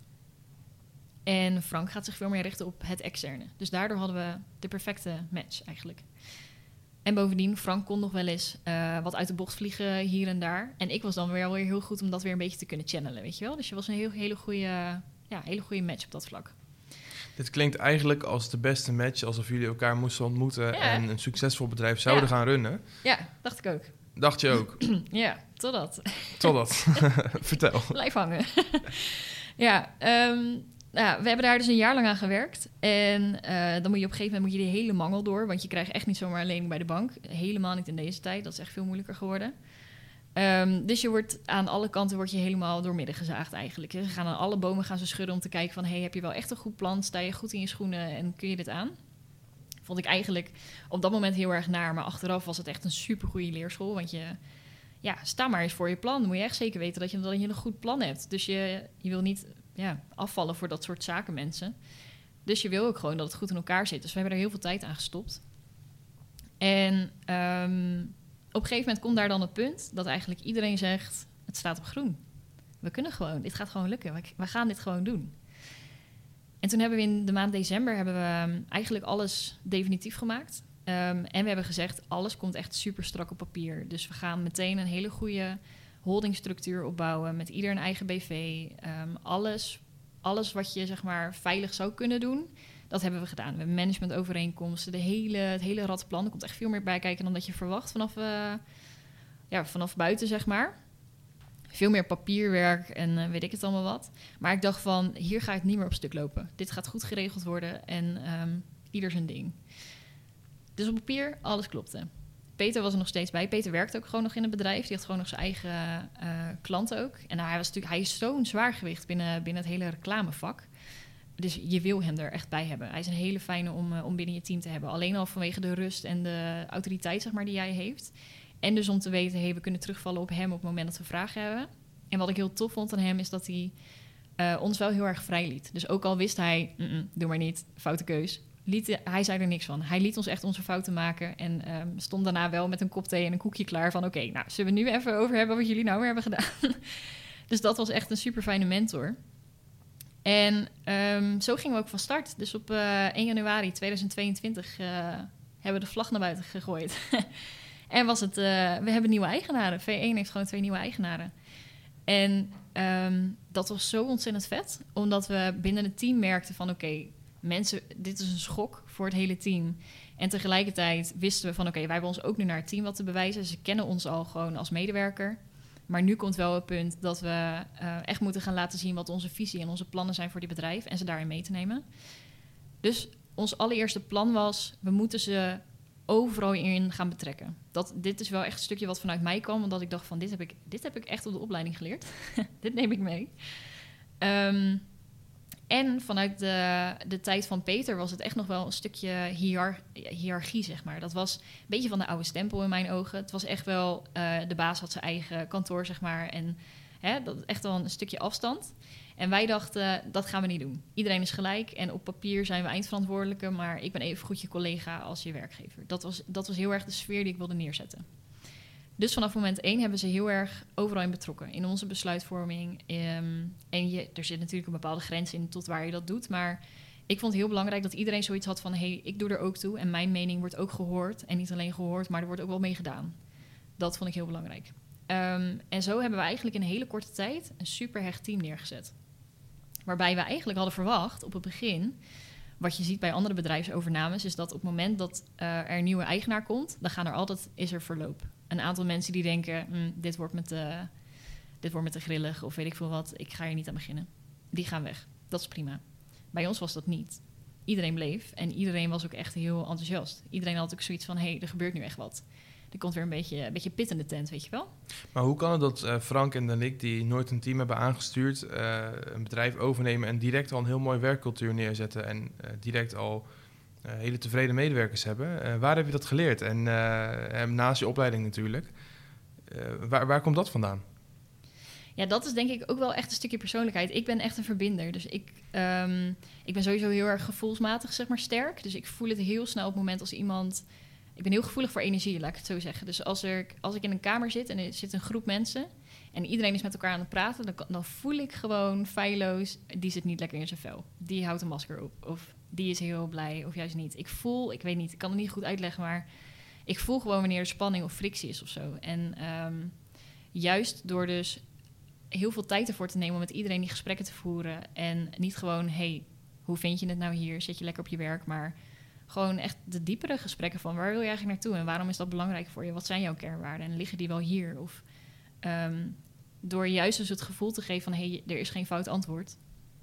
En Frank gaat zich veel meer richten op het externe. Dus daardoor hadden we de perfecte match eigenlijk. En bovendien, Frank kon nog wel eens uh, wat uit de bocht vliegen hier en daar. En ik was dan weer, weer heel goed om dat weer een beetje te kunnen channelen, weet je wel. Dus je was een heel, hele, goede, ja, hele goede match op dat vlak. Dit klinkt eigenlijk als de beste match, alsof jullie elkaar moesten ontmoeten ja. en een succesvol bedrijf zouden ja. gaan runnen. Ja, dacht ik ook. Dacht je ook? Ja, totdat. Totdat. Vertel. Blijf hangen. ja, um, nou, we hebben daar dus een jaar lang aan gewerkt. En uh, dan moet je op een gegeven moment moet je die hele mangel door, want je krijgt echt niet zomaar een lening bij de bank. Helemaal niet in deze tijd, dat is echt veel moeilijker geworden. Um, dus je wordt aan alle kanten word je helemaal doormidden gezaagd eigenlijk. Ze gaan aan alle bomen gaan ze schudden om te kijken van, hey, heb je wel echt een goed plan? Sta je goed in je schoenen en kun je dit aan? Vond ik eigenlijk op dat moment heel erg naar, maar achteraf was het echt een supergoeie leerschool. Want je, ja, sta maar eens voor je plan. Dan moet je echt zeker weten dat je, dat je een goed plan hebt. Dus je, je wil niet ja, afvallen voor dat soort zakenmensen. Dus je wil ook gewoon dat het goed in elkaar zit. Dus we hebben er heel veel tijd aan gestopt. En um, op een gegeven moment komt daar dan het punt dat eigenlijk iedereen zegt, het staat op groen. We kunnen gewoon, dit gaat gewoon lukken. We, we gaan dit gewoon doen. En toen hebben we in de maand december hebben we eigenlijk alles definitief gemaakt. Um, en we hebben gezegd, alles komt echt super strak op papier. Dus we gaan meteen een hele goede holdingstructuur opbouwen met ieder een eigen B V. Um, alles, alles wat je zeg maar veilig zou kunnen doen, dat hebben we gedaan. We hebben managementovereenkomsten, de hele, het hele radplan. Er komt echt veel meer bij kijken dan dat je verwacht vanaf, uh, ja, vanaf buiten, zeg maar. Veel meer papierwerk en uh, weet ik het allemaal wat. Maar ik dacht van, hier ga ik niet meer op stuk lopen. Dit gaat goed geregeld worden en um, ieder zijn ding. Dus op papier, alles klopte. Peter was er nog steeds bij. Peter werkte ook gewoon nog in het bedrijf. Die had gewoon nog zijn eigen uh, klanten ook. En nou, hij, was natuurlijk, hij is zo'n zwaargewicht binnen, binnen het hele reclamevak. Dus je wil hem er echt bij hebben. Hij is een hele fijne om, uh, om binnen je team te hebben. Alleen al vanwege de rust en de autoriteit zeg maar, die jij heeft. En dus om te weten, hey, we kunnen terugvallen op hem op het moment dat we vragen hebben. En wat ik heel tof vond aan hem is dat hij uh, ons wel heel erg vrij liet. Dus ook al wist hij, doe maar niet, foute keus. Liet, hij zei er niks van. Hij liet ons echt onze fouten maken. En um, stond daarna wel met een kop thee en een koekje klaar van... oké, okay, nou, zullen we nu even over hebben wat jullie nou weer hebben gedaan? Dus dat was echt een super fijne mentor. En um, zo gingen we ook van start. Dus op uh, één januari tweeduizend tweeëntwintig uh, hebben we de vlag naar buiten gegooid. En was het... Uh, we hebben nieuwe eigenaren. V één heeft gewoon twee nieuwe eigenaren. En um, dat was zo ontzettend vet. Omdat we binnen het team merkten van... oké, okay, mensen, dit is een schok voor het hele team. En tegelijkertijd wisten we van... oké, okay, wij hebben ons ook nu naar het team wat te bewijzen. Ze kennen ons al gewoon als medewerker. Maar nu komt wel het punt dat we uh, echt moeten gaan laten zien... wat onze visie en onze plannen zijn voor dit bedrijf... en ze daarin mee te nemen. Dus ons allereerste plan was... we moeten ze overal in gaan betrekken. Dat, dit is wel echt een stukje wat vanuit mij kwam... omdat ik dacht van, dit heb ik, dit heb ik echt op de opleiding geleerd. Dit neem ik mee. Um, En vanuit de, de tijd van Peter was het echt nog wel een stukje hier, hiërarchie, zeg maar. Dat was een beetje van de oude stempel in mijn ogen. Het was echt wel, uh, de baas had zijn eigen kantoor, zeg maar. En hè, dat echt wel een stukje afstand. En wij dachten, dat gaan we niet doen. Iedereen is gelijk en op papier zijn we eindverantwoordelijke... maar ik ben even goed je collega als je werkgever. Dat was, dat was heel erg de sfeer die ik wilde neerzetten. Dus vanaf moment één hebben ze heel erg overal in betrokken. In onze besluitvorming. Um, en je, er zit natuurlijk een bepaalde grens in tot waar je dat doet. Maar ik vond het heel belangrijk dat iedereen zoiets had van... hé, hey, ik doe er ook toe en mijn mening wordt ook gehoord. En niet alleen gehoord, maar er wordt ook wel mee gedaan. Dat vond ik heel belangrijk. Um, en zo hebben we eigenlijk in een hele korte tijd... een super hecht team neergezet. Waarbij we eigenlijk hadden verwacht op het begin... wat je ziet bij andere bedrijfsovernames... is dat op het moment dat uh, er een nieuwe eigenaar komt... dan gaan er altijd, is er verloop. Een aantal mensen die denken... Mm, dit, wordt met de, dit wordt met de grillig of weet ik veel wat... ik ga hier niet aan beginnen. Die gaan weg. Dat is prima. Bij ons was dat niet. Iedereen bleef en iedereen was ook echt heel enthousiast. Iedereen had ook zoiets van... hé, hey, er gebeurt nu echt wat. Er komt weer een beetje, een beetje pit in de tent, weet je wel. Maar hoe kan het dat uh, Frank en Danique... die nooit een team hebben aangestuurd... Uh, een bedrijf overnemen en direct al een heel mooi werkcultuur neerzetten... en uh, direct al... Uh, hele tevreden medewerkers hebben. Uh, waar heb je dat geleerd? En uh, naast je opleiding natuurlijk. Uh, waar, waar komt dat vandaan? Ja, dat is denk ik ook wel echt een stukje persoonlijkheid. Ik ben echt een verbinder. Dus ik, um, ik ben sowieso heel erg gevoelsmatig, zeg maar, sterk. Dus ik voel het heel snel op het moment als iemand... Ik ben heel gevoelig voor energie, laat ik het zo zeggen. Dus als, er, als ik in een kamer zit en er zit een groep mensen... en iedereen is met elkaar aan het praten... dan, dan voel ik gewoon feilloos... die zit niet lekker in zijn vel. Die houdt een masker op. Of die is heel blij, of juist niet. Ik voel, ik weet niet, ik kan het niet goed uitleggen... maar ik voel gewoon wanneer er spanning of frictie is of zo. En um, juist door dus heel veel tijd ervoor te nemen... om met iedereen die gesprekken te voeren... en niet gewoon, hey, hoe vind je het nou hier? Zit je lekker op je werk? Maar... gewoon echt de diepere gesprekken van... waar wil je eigenlijk naartoe en waarom is dat belangrijk voor je? Wat zijn jouw kernwaarden en liggen die wel hier? Of um, door juist dus het gevoel te geven van... hé, hey, er is geen fout antwoord.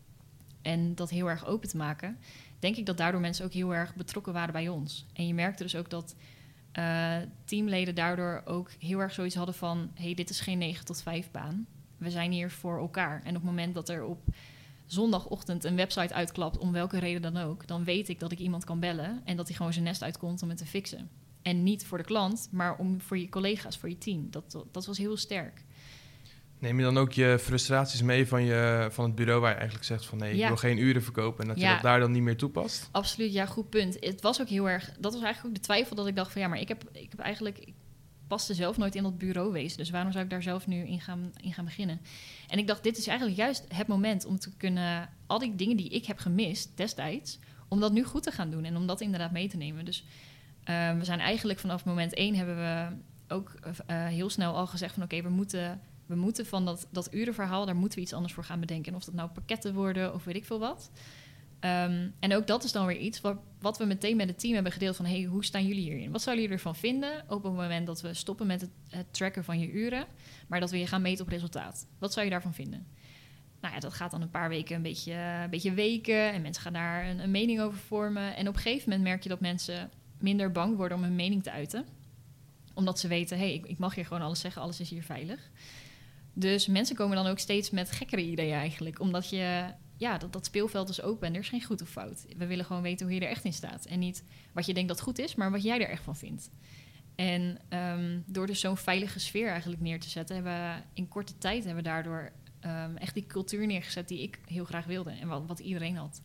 En dat heel erg open te maken... denk ik dat daardoor mensen ook heel erg betrokken waren bij ons. En je merkte dus ook dat uh, teamleden daardoor ook heel erg zoiets hadden van... hé, hey, dit is geen negen tot vijf baan. We zijn hier voor elkaar. En op het moment dat er op... zondagochtend een website uitklapt, om welke reden dan ook... dan weet ik dat ik iemand kan bellen... en dat hij gewoon zijn nest uitkomt om het te fixen. En niet voor de klant, maar om voor je collega's, voor je team. Dat, dat was heel sterk. Neem je dan ook je frustraties mee van, je, van het bureau... waar je eigenlijk zegt van nee, ik ja. wil geen uren verkopen... en dat ja. je dat daar dan niet meer toepast? Absoluut, ja, goed punt. Het was ook heel erg... dat was eigenlijk ook de twijfel dat ik dacht van... ja, maar ik heb, ik heb eigenlijk... Ik paste zelf nooit in dat bureauwezen. Dus waarom zou ik daar zelf nu in gaan, in gaan beginnen? En ik dacht, dit is eigenlijk juist het moment om te kunnen... al die dingen die ik heb gemist destijds... om dat nu goed te gaan doen en om dat inderdaad mee te nemen. Dus Uh, we zijn eigenlijk vanaf moment één hebben we ook uh, heel snel al gezegd van oké, okay, we moeten, we moeten van dat, dat urenverhaal, daar moeten we iets anders voor gaan bedenken. En of dat nou pakketten worden of weet ik veel wat. Um, en ook dat is dan weer iets wat, wat we meteen met het team hebben gedeeld van hey, hoe staan jullie hierin? Wat zouden jullie ervan vinden op het moment dat we stoppen met het, het tracken van je uren, maar dat we je gaan meten op resultaat? Wat zou je daarvan vinden? Nou ja, dat gaat dan een paar weken een beetje, een beetje weken en mensen gaan daar een, een mening over vormen. En op een gegeven moment merk je dat mensen minder bang worden om hun mening te uiten. Omdat ze weten, hé, hey, ik, ik mag hier gewoon alles zeggen, alles is hier veilig. Dus mensen komen dan ook steeds met gekkere ideeën eigenlijk. Omdat je, ja, dat, dat speelveld is open en er is geen goed of fout. We willen gewoon weten hoe je er echt in staat. En niet wat je denkt dat goed is, maar wat jij er echt van vindt. En um, door dus zo'n veilige sfeer eigenlijk neer te zetten, hebben we in korte tijd hebben we daardoor um, echt die cultuur neergezet die ik heel graag wilde. En wat, wat iedereen had.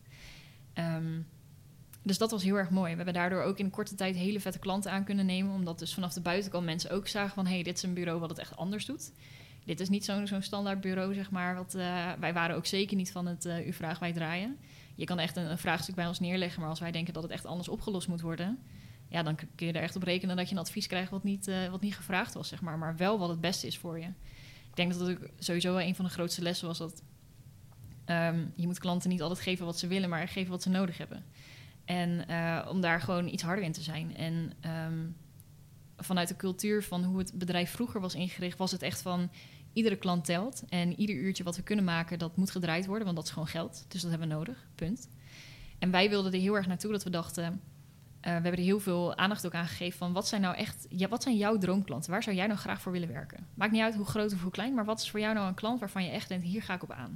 Um, Dus dat was heel erg mooi. We hebben daardoor ook in korte tijd hele vette klanten aan kunnen nemen. Omdat dus vanaf de buitenkant mensen ook zagen van... hé, hey, dit is een bureau wat het echt anders doet. Dit is niet zo'n, zo'n standaard bureau, zeg maar. Wat, uh, wij waren ook zeker niet van het uh, u vraag, wij draaien. Je kan echt een, een vraagstuk bij ons neerleggen... maar als wij denken dat het echt anders opgelost moet worden... ja, dan kun je er echt op rekenen dat je een advies krijgt... wat niet, uh, wat niet gevraagd was, zeg maar. Maar wel wat het beste is voor je. Ik denk dat dat ook sowieso wel een van de grootste lessen was... dat um, je moet klanten niet altijd geven wat ze willen... maar geven wat ze nodig hebben. En uh, om daar gewoon iets harder in te zijn. En um, vanuit de cultuur van hoe het bedrijf vroeger was ingericht... was het echt van iedere klant telt. En ieder uurtje wat we kunnen maken, dat moet gedraaid worden. Want dat is gewoon geld. Dus dat hebben we nodig, punt. En wij wilden er heel erg naartoe dat we dachten... Uh, we hebben er heel veel aandacht ook aan gegeven van... wat zijn nou echt, ja, wat zijn jouw droomklanten? Waar zou jij nou graag voor willen werken? Maakt niet uit hoe groot of hoe klein... maar wat is voor jou nou een klant waarvan je echt denkt... hier ga ik op aan.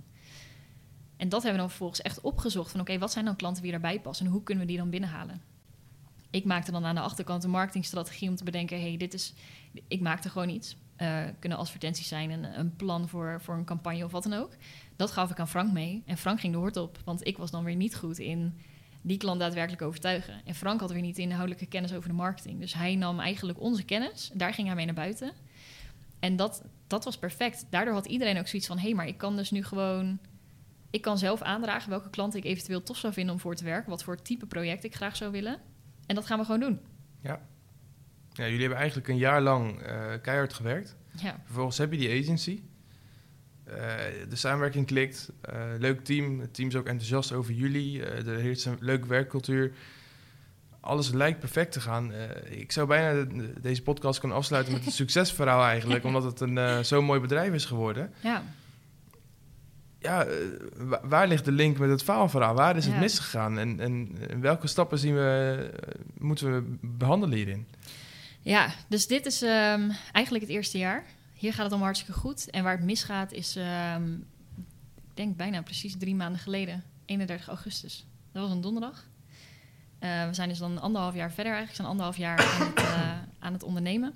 En dat hebben we dan vervolgens echt opgezocht van... oké, okay, wat zijn dan klanten die daarbij passen... en hoe kunnen we die dan binnenhalen? Ik maakte dan aan de achterkant een marketingstrategie... om te bedenken, hey, dit is... ik maakte gewoon iets. Uh, kunnen advertenties zijn, een, een plan voor, voor een campagne of wat dan ook. Dat gaf ik aan Frank mee. En Frank ging de hoort op, want ik was dan weer niet goed in... die klant daadwerkelijk overtuigen. En Frank had weer niet de inhoudelijke kennis over de marketing. Dus hij nam eigenlijk onze kennis. Daar ging hij mee naar buiten. En dat, dat was perfect. Daardoor had iedereen ook zoiets van... hé, hey, maar ik kan dus nu gewoon... ik kan zelf aandragen welke klanten ik eventueel tof zou vinden om voor te werken. Wat voor type project ik graag zou willen. En dat gaan we gewoon doen. Ja. Ja, jullie hebben eigenlijk een jaar lang uh, keihard gewerkt. Ja. Vervolgens heb je die agency. Uh, de samenwerking klikt. Uh, leuk team. Het team is ook enthousiast over jullie. Uh, er heerst een leuke werkcultuur. Alles lijkt perfect te gaan. Uh, ik zou bijna de, deze podcast kunnen afsluiten met een succesverhaal eigenlijk. Omdat het een uh, zo'n mooi bedrijf is geworden. Ja. Ja, uh, waar ligt de link met het faalverhaal? Waar is het ja. misgegaan? En, en, en welke stappen zien we, uh, moeten we behandelen hierin? Ja, dus dit is um, eigenlijk het eerste jaar. Hier gaat het allemaal hartstikke goed. En waar het misgaat is, um, ik denk bijna precies drie maanden geleden. eenendertig augustus. Dat was een donderdag. Uh, we zijn dus dan anderhalf jaar verder eigenlijk. We zijn anderhalf jaar aan het, uh, aan het ondernemen.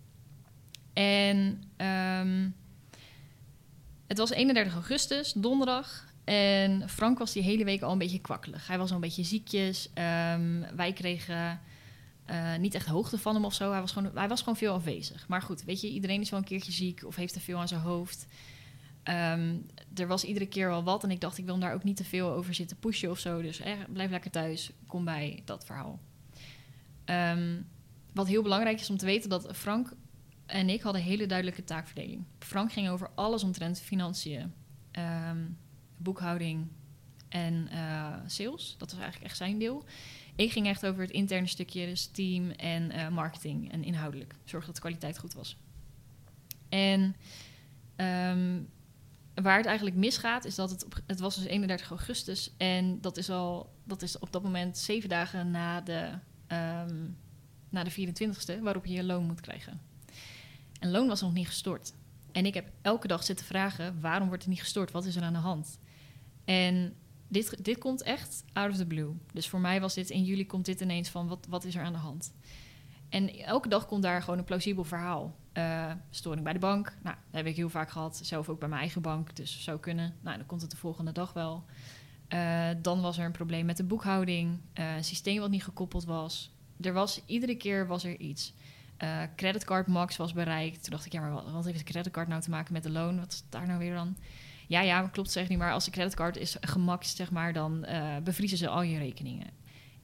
En um, het was eenendertig augustus, donderdag. En Frank was die hele week al een beetje kwakkelig. Hij was al een beetje ziekjes. Um, wij kregen uh, niet echt hoogte van hem of zo. Hij was, gewoon, hij was gewoon veel afwezig. Maar goed, weet je, iedereen is wel een keertje ziek of heeft te veel aan zijn hoofd. Um, er was iedere keer wel wat. En ik dacht, ik wil hem daar ook niet te veel over zitten pushen of zo. Dus eh, blijf lekker thuis, kom bij dat verhaal. Um, wat heel belangrijk is om te weten, dat Frank en ik hadden een hele duidelijke taakverdeling. Frank ging over alles omtrent financiën, um, boekhouding en uh, sales. Dat was eigenlijk echt zijn deel. Ik ging echt over het interne stukje, dus team en uh, marketing en inhoudelijk. Zorg dat de kwaliteit goed was. En um, waar het eigenlijk misgaat, is dat het... Op, het was dus eenendertig augustus en dat is al... dat is op dat moment zeven dagen na de, um, na de vierentwintigste... waarop je je loon moet krijgen. En loon was nog niet gestort. En ik heb elke dag zitten vragen, waarom wordt het niet gestort? Wat is er aan de hand? En dit, dit komt echt out of the blue. Dus voor mij was dit, in juli komt dit ineens van, wat, wat is er aan de hand? En elke dag komt daar gewoon een plausibel verhaal. Uh, storing bij de bank. Nou, dat heb ik heel vaak gehad. Zelf ook bij mijn eigen bank, dus zou kunnen. Nou, dan komt het de volgende dag wel. Uh, dan was er een probleem met de boekhouding. Uh, een systeem wat niet gekoppeld was. Er was, iedere keer was er iets. Uh, creditcard max was bereikt. Toen dacht ik, ja, maar wat, wat heeft de creditcard nou te maken met de loon? Wat is daar nou weer dan? Ja, ja, klopt, zeg niet. Maar als de creditcard is gemaxt, zeg maar, dan uh, bevriezen ze al je rekeningen.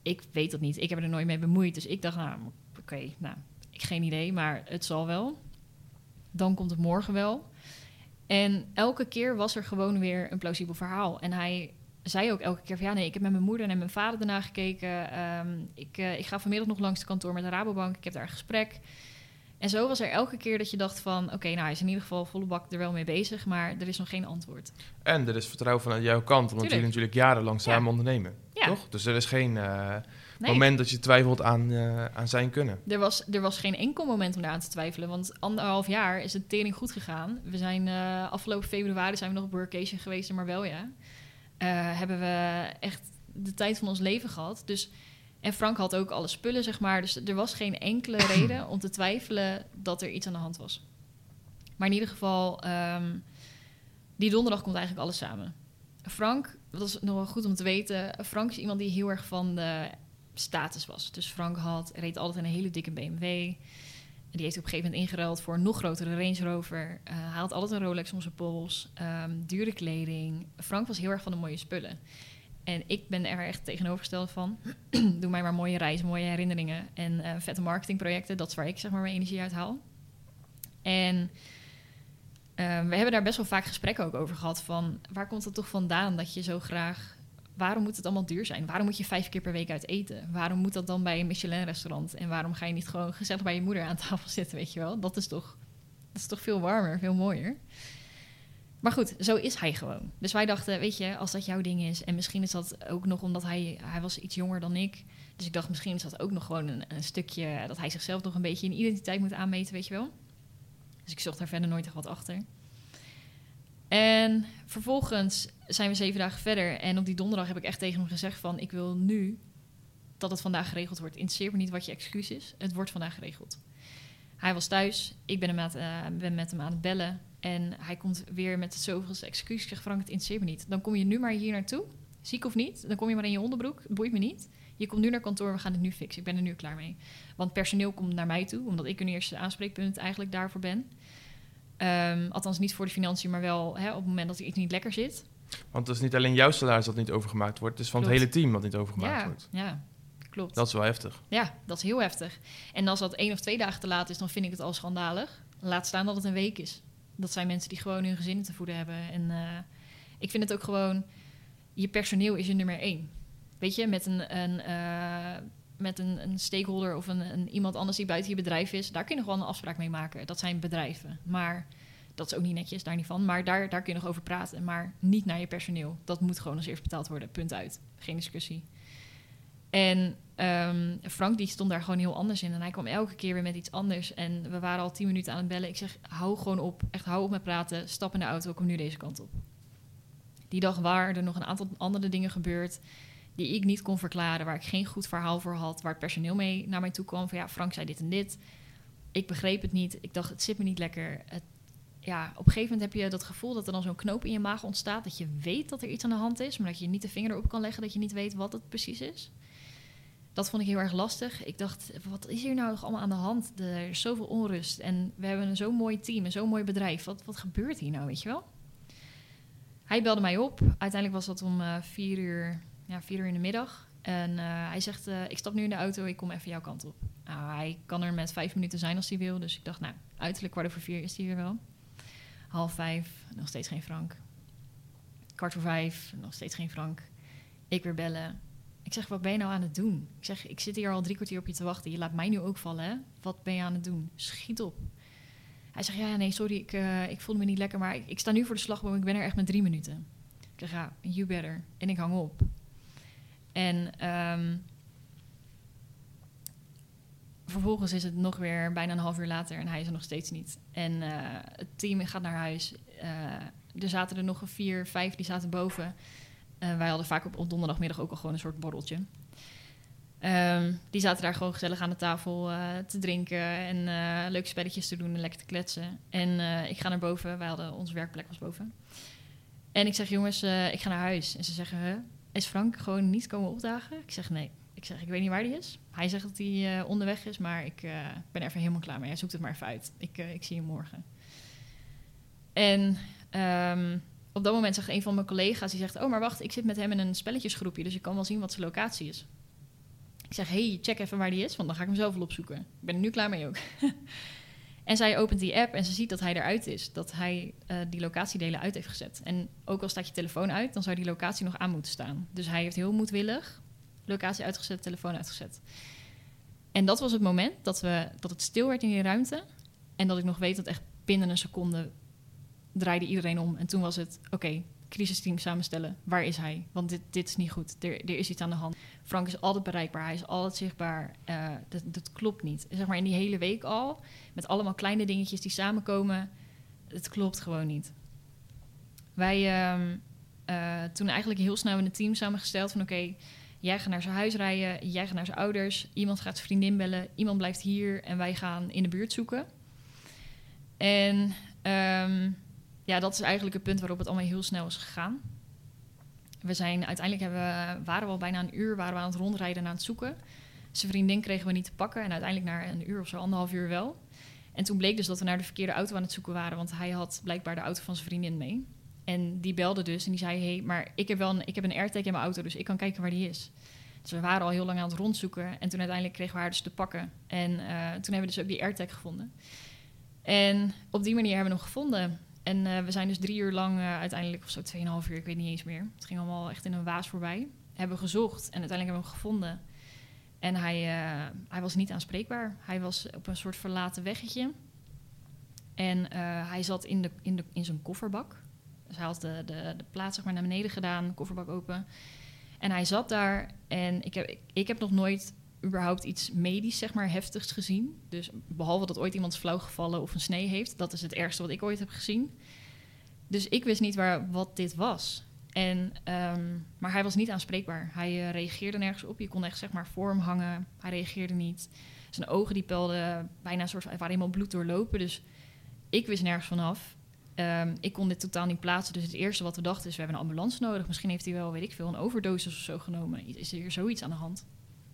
ik weet dat niet. Ik heb er nooit mee bemoeid. Dus ik dacht, nou, oké, okay, nou, ik geen idee, maar het zal wel. Dan komt het morgen wel. En elke keer was er gewoon weer een plausibel verhaal. En hij zei ook elke keer van, ja, nee, ik heb met mijn moeder en mijn vader daarna gekeken. Um, ik, uh, ik ga vanmiddag nog langs het kantoor met de Rabobank. Ik heb daar een gesprek. En zo was er elke keer dat je dacht van... oké, okay, nou, hij is in ieder geval volle bak er wel mee bezig... maar er is nog geen antwoord. En er is vertrouwen vanuit jouw kant... omdat jullie natuurlijk jarenlang samen ja. ondernemen. Ja. Toch? Dus er is geen uh, nee. moment dat je twijfelt aan, uh, aan zijn kunnen. Er was, er was geen enkel moment om daar aan te twijfelen... want anderhalf jaar is het tering goed gegaan. We zijn uh, afgelopen februari zijn we nog op workation geweest in Marbella. Uh, hebben we echt de tijd van ons leven gehad. Dus... En Frank had ook alle spullen, zeg maar. Dus er was geen enkele reden om te twijfelen dat er iets aan de hand was. Maar in ieder geval, um, die donderdag komt eigenlijk alles samen. Frank, dat is nog wel goed om te weten... Frank is iemand die heel erg van de status was. Dus Frank had, reed altijd een hele dikke B M W. En die heeft op een gegeven moment ingeruild voor een nog grotere Range Rover. Uh, hij had altijd een Rolex om zijn pols. Um, dure kleding. Frank was heel erg van de mooie spullen. En ik ben er echt tegenovergesteld van... doe mij maar mooie reizen, mooie herinneringen... en uh, vette marketingprojecten. Dat is waar ik zeg maar mijn energie uit haal. En uh, we hebben daar best wel vaak gesprekken ook over gehad... van waar komt het toch vandaan dat je zo graag... waarom moet het allemaal duur zijn? Waarom moet je vijf keer per week uit eten? Waarom moet dat dan bij een Michelin-restaurant? En waarom ga je niet gewoon gezellig bij je moeder aan tafel zitten, weet je wel? Dat is toch, dat is toch veel warmer, veel mooier... Maar goed, zo is hij gewoon. Dus wij dachten, weet je, als dat jouw ding is... en misschien is dat ook nog omdat hij... hij was iets jonger dan ik. Dus ik dacht, misschien is dat ook nog gewoon een, een stukje... dat hij zichzelf nog een beetje in identiteit moet aanmeten, weet je wel. Dus ik zocht daar verder nooit echt wat achter. En vervolgens zijn we zeven dagen verder... en op die donderdag heb ik echt tegen hem gezegd van... ik wil nu dat het vandaag geregeld wordt. Interesseert me niet wat je excuus is. Het wordt vandaag geregeld. Hij was thuis, ik ben, hem aan het, uh, ben met hem aan het bellen... En hij komt weer met het zoveelste excuus. Ik zeg, Frank, het interesseert me niet. Dan kom je nu maar hier naartoe. Ziek of niet. Dan kom je maar in je onderbroek. Het boeit me niet. Je komt nu naar kantoor. We gaan het nu fixen. Ik ben er nu klaar mee. Want personeel komt naar mij toe. Omdat ik een eerste aanspreekpunt eigenlijk daarvoor ben. Um, althans niet voor de financiën. Maar wel hè, op het moment dat er iets niet lekker zit. Want het is niet alleen jouw salaris dat niet overgemaakt wordt. Het is van klopt. Het hele team wat niet overgemaakt ja, wordt. Ja, klopt. Dat is wel heftig. Ja, dat is heel heftig. En als dat één of twee dagen te laat is... dan vind ik het al schandalig. Laat staan dat het een week is. Dat zijn mensen die gewoon hun gezinnen te voeden hebben. En uh, ik vind het ook gewoon... je personeel is je nummer één. Weet je, met een, een, uh, met een, een stakeholder of een, een iemand anders die buiten je bedrijf is... daar kun je nog wel een afspraak mee maken. Dat zijn bedrijven. Maar dat is ook niet netjes, daar niet van. Maar daar, daar kun je nog over praten. Maar niet naar je personeel. Dat moet gewoon als eerst betaald worden. Punt uit. Geen discussie. En um, Frank die stond daar gewoon heel anders in. En hij kwam elke keer weer met iets anders. En we waren al tien minuten aan het bellen. Ik zeg, hou gewoon op. Echt, hou op met praten. Stap in de auto. Kom nu deze kant op. Die dag waren er nog een aantal andere dingen gebeurd... die ik niet kon verklaren. Waar ik geen goed verhaal voor had. Waar het personeel mee naar mij toe kwam. Van ja, Frank zei dit en dit. Ik begreep het niet. Ik dacht, het zit me niet lekker. Het, ja, op een gegeven moment heb je dat gevoel... dat er dan zo'n knoop in je maag ontstaat. Dat je weet dat er iets aan de hand is. Maar dat je niet de vinger erop kan leggen. Dat je niet weet wat het precies is. Dat vond ik heel erg lastig. Ik dacht, wat is hier nou nog allemaal aan de hand? Er is zoveel onrust. En we hebben een zo'n mooi team, een zo'n mooi bedrijf. Wat, wat gebeurt hier nou, weet je wel? Hij belde mij op. Uiteindelijk was dat om uh, vier uur, ja, vier uur in de middag. En uh, hij zegt, uh, ik stap nu in de auto, ik kom even jouw kant op. Nou, hij kan er met vijf minuten zijn als hij wil. Dus ik dacht, nou, uiterlijk kwart over vier is hij hier wel. Half vijf, nog steeds geen Frank. Kwart voor vijf, nog steeds geen Frank. Ik weer bellen. Ik zeg, wat ben je nou aan het doen? Ik zeg, ik zit hier al drie kwartier op je te wachten. Je laat mij nu ook vallen, hè? Wat ben je aan het doen? Schiet op. Hij zegt, ja, nee, sorry, ik, uh, ik voelde me niet lekker... maar ik, ik sta nu voor de slagboom, ik ben er echt met drie minuten. Ik zeg, ja, you better. En ik hang op. En um, vervolgens is het nog weer bijna een half uur later... en hij is er nog steeds niet. En uh, het team gaat naar huis. Uh, er zaten er nog een vier, vijf, die zaten boven... Uh, wij hadden vaak op, op donderdagmiddag ook al gewoon een soort borreltje. Um, die zaten daar gewoon gezellig aan de tafel uh, te drinken... en uh, leuke spelletjes te doen en lekker te kletsen. En uh, ik ga naar boven. Wij hadden, onze werkplek was boven. En ik zeg, jongens, uh, ik ga naar huis. En ze zeggen, huh? Is Frank gewoon niet komen opdagen? Ik zeg, nee. Ik zeg, ik weet niet waar die is. Hij zegt dat hij uh, onderweg is, maar ik uh, ben er even helemaal klaar mee. Hij zoekt het maar even uit. Ik, uh, ik zie hem morgen. En... Um, op dat moment zegt een van mijn collega's, die zegt... oh, maar wacht, ik zit met hem in een spelletjesgroepje... dus ik kan wel zien wat zijn locatie is. Ik zeg, hey, check even waar die is, want dan ga ik hem zelf wel opzoeken. Ik ben er nu klaar mee ook. En zij opent die app en ze ziet dat hij eruit is. Dat hij uh, die locatiedelen uit heeft gezet. En ook al staat je telefoon uit, dan zou die locatie nog aan moeten staan. Dus hij heeft heel moedwillig locatie uitgezet, telefoon uitgezet. En dat was het moment dat, we, dat het stil werd in die ruimte. En dat ik nog weet dat echt binnen een seconde draaide iedereen om. En toen was het, oké, okay, crisisteam samenstellen. Waar is hij? Want dit, dit is niet goed. Er, er is iets aan de hand. Frank is altijd bereikbaar. Hij is altijd zichtbaar. Uh, dat, dat klopt niet. Zeg maar in die hele week al, met allemaal kleine dingetjes die samenkomen. Het klopt gewoon niet. Wij uh, uh, toen eigenlijk heel snel in het team samengesteld van oké, okay, jij gaat naar zijn huis rijden, jij gaat naar zijn ouders, iemand gaat zijn vriendin bellen, iemand blijft hier en wij gaan in de buurt zoeken. En um, ja, dat is eigenlijk het punt waarop het allemaal heel snel is gegaan. We zijn uiteindelijk hebben we, waren we al bijna een uur waren we aan het rondrijden en aan het zoeken. Zijn vriendin kregen we niet te pakken en uiteindelijk na een uur of zo, anderhalf uur wel. En toen bleek dus dat we naar de verkeerde auto aan het zoeken waren, want hij had blijkbaar de auto van zijn vriendin mee. En die belde dus en die zei, hey, maar ik heb wel een, ik heb een AirTag in mijn auto, dus ik kan kijken waar die is. Dus we waren al heel lang aan het rondzoeken en toen uiteindelijk kregen we haar dus te pakken. En uh, toen hebben we dus ook die AirTag gevonden. En op die manier hebben we hem gevonden. En uh, we zijn dus drie uur lang uh, uiteindelijk, of zo tweeënhalf uur, ik weet niet eens meer. Het ging allemaal echt in een waas voorbij. Hebben we gezocht en uiteindelijk hebben we hem gevonden. En hij, uh, hij was niet aanspreekbaar. Hij was op een soort verlaten weggetje. En uh, hij zat in, de, in, de, in zijn kofferbak. Dus hij had de, de, de plaat zeg maar naar beneden gedaan, kofferbak open. En hij zat daar en ik heb, ik, ik heb nog nooit überhaupt iets medisch, zeg maar, heftigs gezien. Dus behalve dat ooit iemand is flauw gevallen of een snee heeft. Dat is het ergste wat ik ooit heb gezien. Dus ik wist niet waar, wat dit was. En, um, maar hij was niet aanspreekbaar. Hij uh, reageerde nergens op. Je kon echt zeg maar voor hem hangen. Hij reageerde niet. Zijn ogen die pelden bijna een soort van, waren helemaal bloed doorlopen. Dus ik wist nergens vanaf. Um, ik kon dit totaal niet plaatsen. Dus het eerste wat we dachten is, we hebben een ambulance nodig. Misschien heeft hij wel, weet ik veel, een overdosis of zo genomen. Is er hier zoiets aan de hand?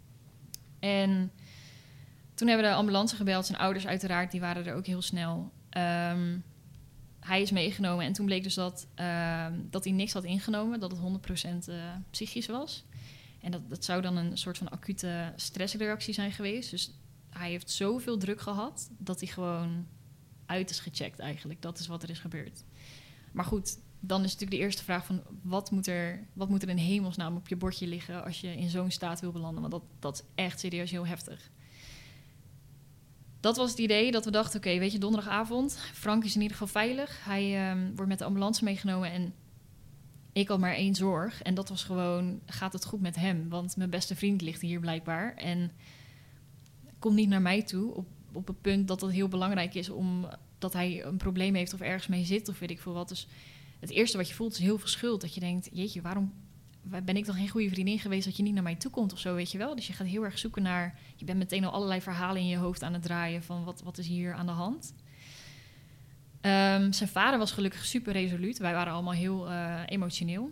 En toen hebben we de ambulance gebeld. Zijn ouders uiteraard, die waren er ook heel snel. Um, hij is meegenomen en toen bleek dus dat, uh, dat hij niks had ingenomen. Dat het honderd procent uh, psychisch was. En dat, dat zou dan een soort van acute stressreactie zijn geweest. Dus hij heeft zoveel druk gehad dat hij gewoon uit is gecheckt eigenlijk. Dat is wat er is gebeurd. Maar goed, dan is natuurlijk de eerste vraag van wat moet er, wat moet er in hemelsnaam op je bordje liggen als je in zo'n staat wil belanden? Want dat, dat is echt serieus heel heftig. Dat was het idee dat we dachten, oké, okay, weet je, donderdagavond, Frank is in ieder geval veilig. Hij um, wordt met de ambulance meegenomen en ik had maar één zorg. En dat was gewoon, gaat het goed met hem? Want mijn beste vriend ligt hier blijkbaar en komt niet naar mij toe op, op het punt dat het heel belangrijk is om dat hij een probleem heeft of ergens mee zit of weet ik veel wat. Dus het eerste wat je voelt is heel veel schuld. Dat je denkt, jeetje, waarom ben ik dan geen goede vriendin geweest dat je niet naar mij toe komt of zo, weet je wel? Dus je gaat heel erg zoeken naar, je bent meteen al allerlei verhalen in je hoofd aan het draaien van wat, wat is hier aan de hand. Um, zijn vader was gelukkig super resoluut. Wij waren allemaal heel uh, emotioneel.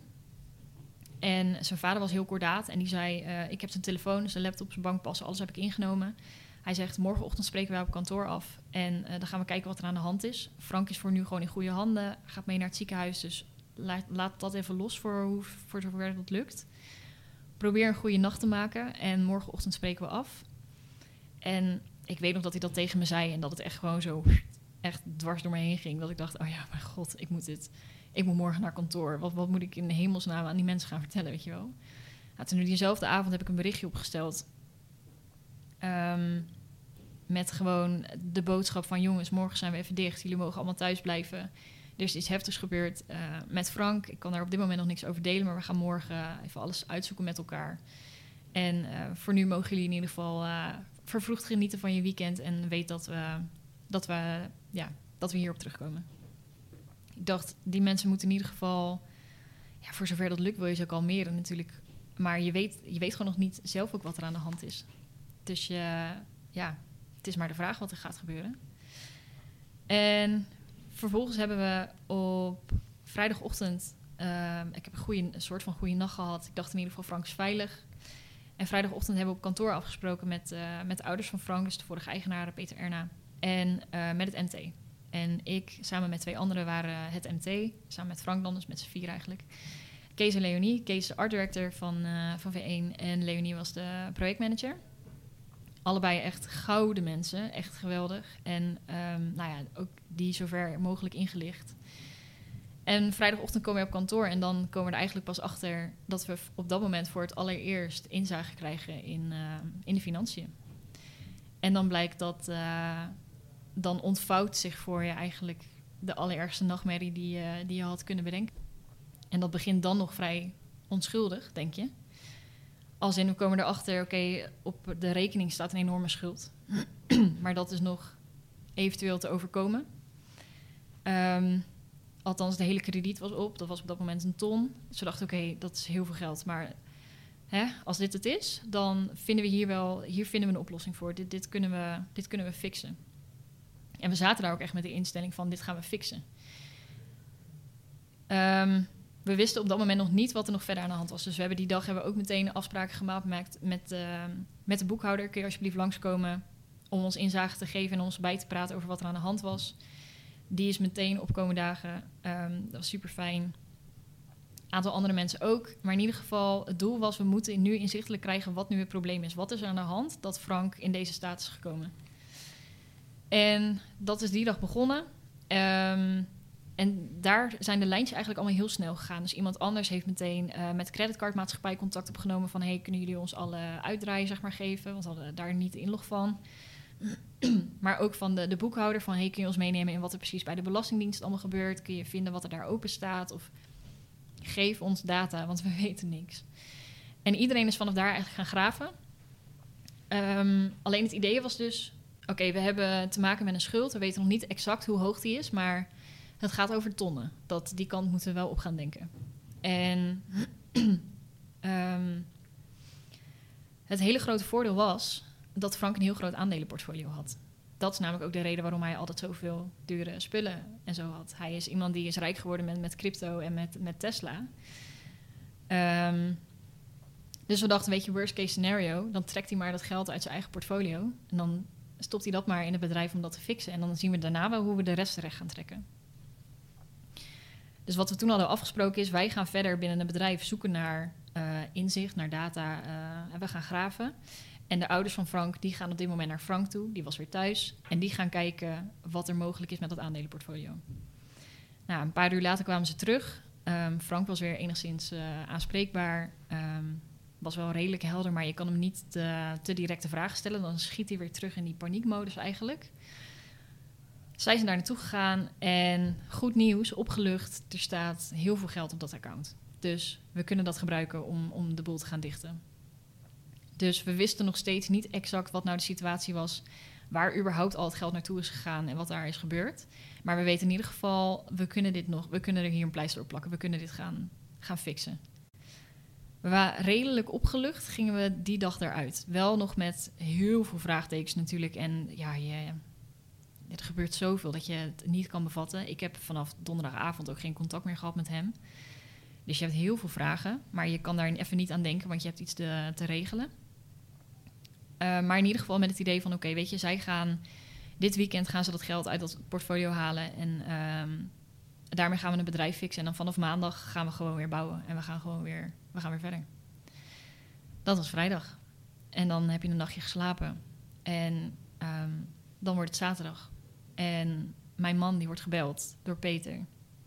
En zijn vader was heel kordaat en die zei, uh, ik heb zijn telefoon, zijn laptop, zijn bankpassen, alles heb ik ingenomen. Hij zegt, morgenochtend spreken wij op kantoor af en uh, dan gaan we kijken wat er aan de hand is. Frank is voor nu gewoon in goede handen, gaat mee naar het ziekenhuis, dus laat, laat dat even los voor, hoe, voor zover dat lukt. Probeer een goede nacht te maken en morgenochtend spreken we af. En ik weet nog dat hij dat tegen me zei en dat het echt gewoon zo echt dwars door me heen ging. Dat ik dacht, oh ja, mijn god, ik moet dit, ik moet morgen naar kantoor. Wat, wat moet ik in de hemelsnaam aan die mensen gaan vertellen, weet je wel? Nou, toen diezelfde avond heb ik een berichtje opgesteld. Um, met gewoon de boodschap van, jongens, morgen zijn we even dicht. Jullie mogen allemaal thuis blijven. Er is iets heftigs gebeurd uh, met Frank. Ik kan daar op dit moment nog niks over delen, maar we gaan morgen even alles uitzoeken met elkaar. En uh, voor nu mogen jullie in ieder geval uh, vervroegd genieten van je weekend en weet dat we, dat we, ja, dat we hierop terugkomen. Ik dacht, die mensen moeten in ieder geval, ja, voor zover dat lukt wil je ze kalmeren natuurlijk. Maar je weet, je weet gewoon nog niet zelf ook wat er aan de hand is. Dus je, ja, het is maar de vraag wat er gaat gebeuren. En vervolgens hebben we op vrijdagochtend, uh, ik heb een, goede, een soort van goede nacht gehad. Ik dacht in ieder geval, Frank is veilig. En vrijdagochtend hebben we op kantoor afgesproken met, uh, met de ouders van Frank, dus de vorige eigenaren, Peter Erna, en uh, met het M T. En ik samen met twee anderen waren het M T, samen met Frank dan, dus met z'n vier eigenlijk. Kees en Leonie. Kees is de art director van, uh, van V één en Leonie was de projectmanager. Allebei echt gouden mensen, echt geweldig. En um, nou ja, ook die zover mogelijk ingelicht. En vrijdagochtend komen we op kantoor en dan komen we er eigenlijk pas achter dat we op dat moment voor het allereerst inzage krijgen in, uh, in de financiën. En dan blijkt dat, uh, dan ontvouwt zich voor je eigenlijk de allerergste nachtmerrie die, uh, die je had kunnen bedenken. En dat begint dan nog vrij onschuldig, denk je. Als in, we komen erachter, oké, okay, op de rekening staat een enorme schuld. Maar dat is nog eventueel te overkomen. Um, althans, de hele krediet was op. Dat was op dat moment een ton. Dus we dachten, oké, okay, dat is heel veel geld. Maar hè, als dit het is, dan vinden we hier wel... Hier vinden we een oplossing voor. Dit, dit, kunnen we, dit kunnen we fixen. En we zaten daar ook echt met de instelling van, dit gaan we fixen. Um, we wisten op dat moment nog niet wat er nog verder aan de hand was. Dus we hebben die dag hebben we ook meteen afspraken gemaakt met, met, uh, met de boekhouder. Kun je alsjeblieft langskomen om ons inzage te geven en ons bij te praten over wat er aan de hand was. Die is meteen opkomende dagen. Um, dat was super fijn. Een aantal andere mensen ook. Maar in ieder geval, het doel was, we moeten nu inzichtelijk krijgen wat nu het probleem is. Wat is er aan de hand dat Frank in deze staat is gekomen? En dat is die dag begonnen. Um, En daar zijn de lijntjes eigenlijk allemaal heel snel gegaan. Dus iemand anders heeft meteen uh, met de creditcardmaatschappij contact opgenomen van... hey, kunnen jullie ons alle uitdraaien zeg maar, geven? Want we hadden daar niet de inlog van. Maar ook van de, de boekhouder van... hey, kun je ons meenemen in wat er precies bij de Belastingdienst allemaal gebeurt? Kun je vinden wat er daar open staat? Of geef ons data, want we weten niks. En iedereen is vanaf daar eigenlijk gaan graven. Um, alleen het idee was dus... oké, okay, we hebben te maken met een schuld. We weten nog niet exact hoe hoog die is, maar... het gaat over tonnen. Dat, die kant moeten we wel op gaan denken. En um, het hele grote voordeel was... dat Frank een heel groot aandelenportfolio had. Dat is namelijk ook de reden waarom hij altijd zoveel dure spullen en zo had. Hij is iemand die is rijk geworden met, met crypto en met, met Tesla. Um, dus we dachten, weet je, worst case scenario... dan trekt hij maar dat geld uit zijn eigen portfolio... en dan stopt hij dat maar in het bedrijf om dat te fixen. En dan zien we daarna wel hoe we de rest terecht gaan trekken. Dus wat we toen hadden afgesproken is... wij gaan verder binnen het bedrijf zoeken naar uh, inzicht, naar data. Uh, en we gaan graven. En de ouders van Frank die gaan op dit moment naar Frank toe. Die was weer thuis. En die gaan kijken wat er mogelijk is met dat aandelenportfolio. Nou, een paar uur later kwamen ze terug. Um, Frank was weer enigszins uh, aanspreekbaar. Um, was wel redelijk helder, maar je kan hem niet te, te directe vragen stellen. Dan schiet hij weer terug in die paniekmodus eigenlijk... Zij zijn daar naartoe gegaan en goed nieuws, opgelucht. Er staat heel veel geld op dat account. Dus we kunnen dat gebruiken om, om de boel te gaan dichten. Dus we wisten nog steeds niet exact wat nou de situatie was... waar überhaupt al het geld naartoe is gegaan en wat daar is gebeurd. Maar we weten in ieder geval, we kunnen dit nog, we kunnen er hier een pleister op plakken. We kunnen dit gaan, gaan fixen. We waren redelijk opgelucht, gingen we die dag eruit. Wel nog met heel veel vraagtekens natuurlijk. En ja, je... Er gebeurt zoveel dat je het niet kan bevatten. Ik heb vanaf donderdagavond ook geen contact meer gehad met hem. Dus je hebt heel veel vragen. Maar je kan daar even niet aan denken, want je hebt iets te, te regelen. Uh, maar in ieder geval met het idee van... oké, okay, weet je, zij gaan... dit weekend gaan ze dat geld uit dat portfolio halen. En um, daarmee gaan we een bedrijf fixen. En dan vanaf maandag gaan we gewoon weer bouwen. En we gaan gewoon weer, we gaan weer verder. Dat was vrijdag. En dan heb je een nachtje geslapen. En um, dan wordt het zaterdag. En mijn man die wordt gebeld door Peter.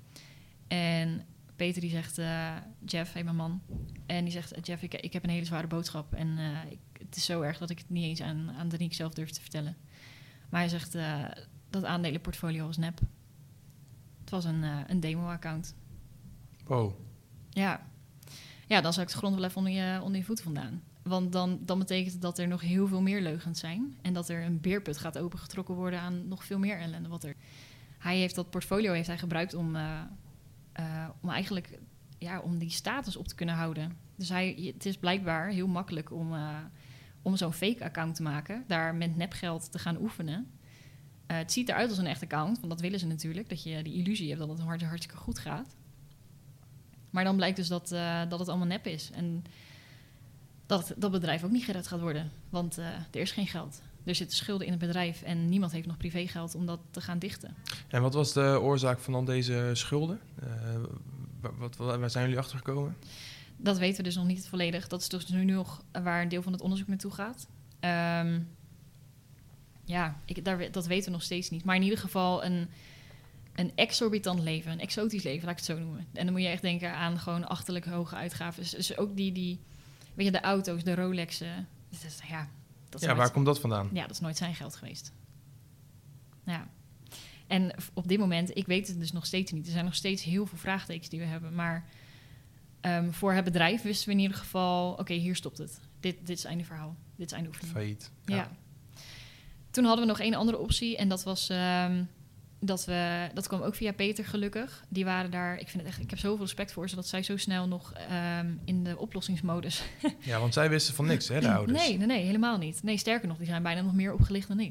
En Peter die zegt, uh, Jeff, hey mijn man. En die zegt, Jeff, ik, ik heb een hele zware boodschap. En uh, ik, het is zo erg dat ik het niet eens aan, aan Danique zelf durf te vertellen. Maar hij zegt, uh, dat aandelenportfolio was nep. Het was een, uh, een demo-account. Wow. Ja. Ja, dan zou ik de grond wel even onder je, onder je voeten vandaan. Want dan, dan betekent het dat er nog heel veel meer leugens zijn. En dat er een beerput gaat opengetrokken worden aan nog veel meer ellende. Wat er... Hij heeft dat portfolio heeft hij gebruikt om, uh, uh, om eigenlijk ja, om die status op te kunnen houden. Dus hij, het is blijkbaar heel makkelijk om, uh, om zo'n fake account te maken. Daar met nepgeld te gaan oefenen. Uh, het ziet eruit als een echt account, want dat willen ze natuurlijk. Dat je die illusie hebt dat het hart, hartstikke goed gaat. Maar dan blijkt dus dat, uh, dat het allemaal nep is. En dat dat bedrijf ook niet gered gaat worden. Want uh, er is geen geld. Er zitten schulden in het bedrijf en niemand heeft nog privégeld om dat te gaan dichten. En wat was de oorzaak van dan deze schulden? Uh, Wat, wat, waar zijn jullie achter gekomen? Dat weten we dus nog niet volledig. Dat is dus nu nog waar een deel van het onderzoek naartoe gaat. Um, ja, ik, daar, dat weten we nog steeds niet. Maar in ieder geval een, een exorbitant leven, een exotisch leven, laat ik het zo noemen. En dan moet je echt denken aan gewoon achterlijk hoge uitgaven. Dus, dus ook die, die, weet je, de auto's, de Rolexen. Dus, dus, ja, dat is ja, nooit, waar komt dat vandaan? Ja, dat is nooit zijn geld geweest. Ja. En op dit moment, ik weet het dus nog steeds niet. Er zijn nog steeds heel veel vraagtekens die we hebben. Maar um, voor het bedrijf wisten we in ieder geval... oké, okay, hier stopt het. Dit, dit is einde verhaal. Dit is einde oefening. Failliet. Ja. ja. Toen hadden we nog één andere optie. En dat was... Um, dat we... Dat kwam ook via Peter, gelukkig. Die waren daar... Ik vind het echt... Ik heb zoveel respect voor ze... dat zij zo snel nog um, in de oplossingsmodus... ja, want zij wisten van niks, hè, de ouders? Nee, nee, nee, helemaal niet. Nee, sterker nog, die zijn bijna nog meer opgelicht dan ik.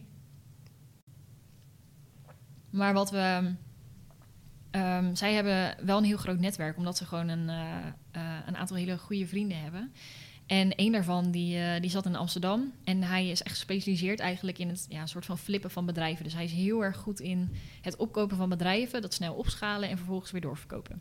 Maar wat we... Um, zij hebben wel een heel groot netwerk... omdat ze gewoon een, uh, uh, een aantal hele goede vrienden hebben. En één daarvan, die, uh, die zat in Amsterdam. En hij is echt gespecialiseerd eigenlijk in het ja, soort van flippen van bedrijven. Dus hij is heel erg goed in het opkopen van bedrijven... dat snel opschalen en vervolgens weer doorverkopen.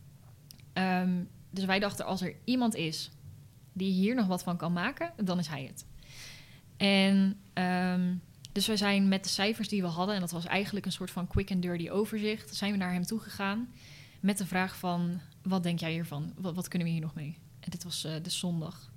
Um, dus wij dachten, als er iemand is... die hier nog wat van kan maken, dan is hij het. En... Um, Dus we zijn met de cijfers die we hadden... en dat was eigenlijk een soort van quick and dirty overzicht... zijn we naar hem toe gegaan met de vraag van... wat denk jij hiervan? Wat, wat kunnen we hier nog mee? En dit was uh, de zondag.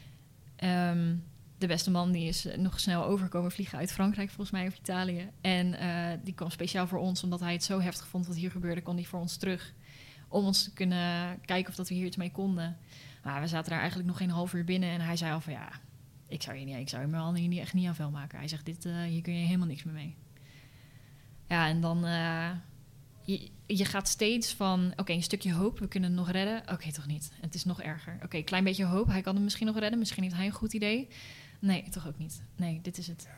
Um, de beste man die is nog snel overkomen vliegen uit Frankrijk... volgens mij, of Italië. En uh, die kwam speciaal voor ons... omdat hij het zo heftig vond wat hier gebeurde... kon hij voor ons terug... om ons te kunnen kijken of dat we hier iets mee konden. Maar we zaten daar eigenlijk nog geen half uur binnen... en hij zei al van ja... Ik zou je niet, ik zou je mijn handen hier niet, echt niet aan vuil maken. Hij zegt, dit, uh, hier kun je helemaal niks meer mee. Ja, en dan... Uh, je, je gaat steeds van... Oké, okay, een stukje hoop, we kunnen het nog redden. Oké, okay, toch niet. Het is nog erger. Oké, okay, klein beetje hoop, hij kan het misschien nog redden. Misschien heeft hij een goed idee. Nee, toch ook niet. Nee, dit is het.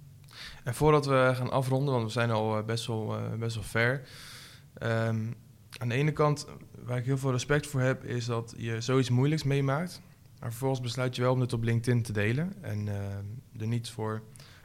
En voordat we gaan afronden, want we zijn al uh, best, wel, uh, best wel ver... Um, aan de ene kant, waar ik heel veel respect voor heb... is dat je zoiets moeilijks meemaakt... Maar vervolgens besluit je wel om het op LinkedIn te delen. En uh, er niet voor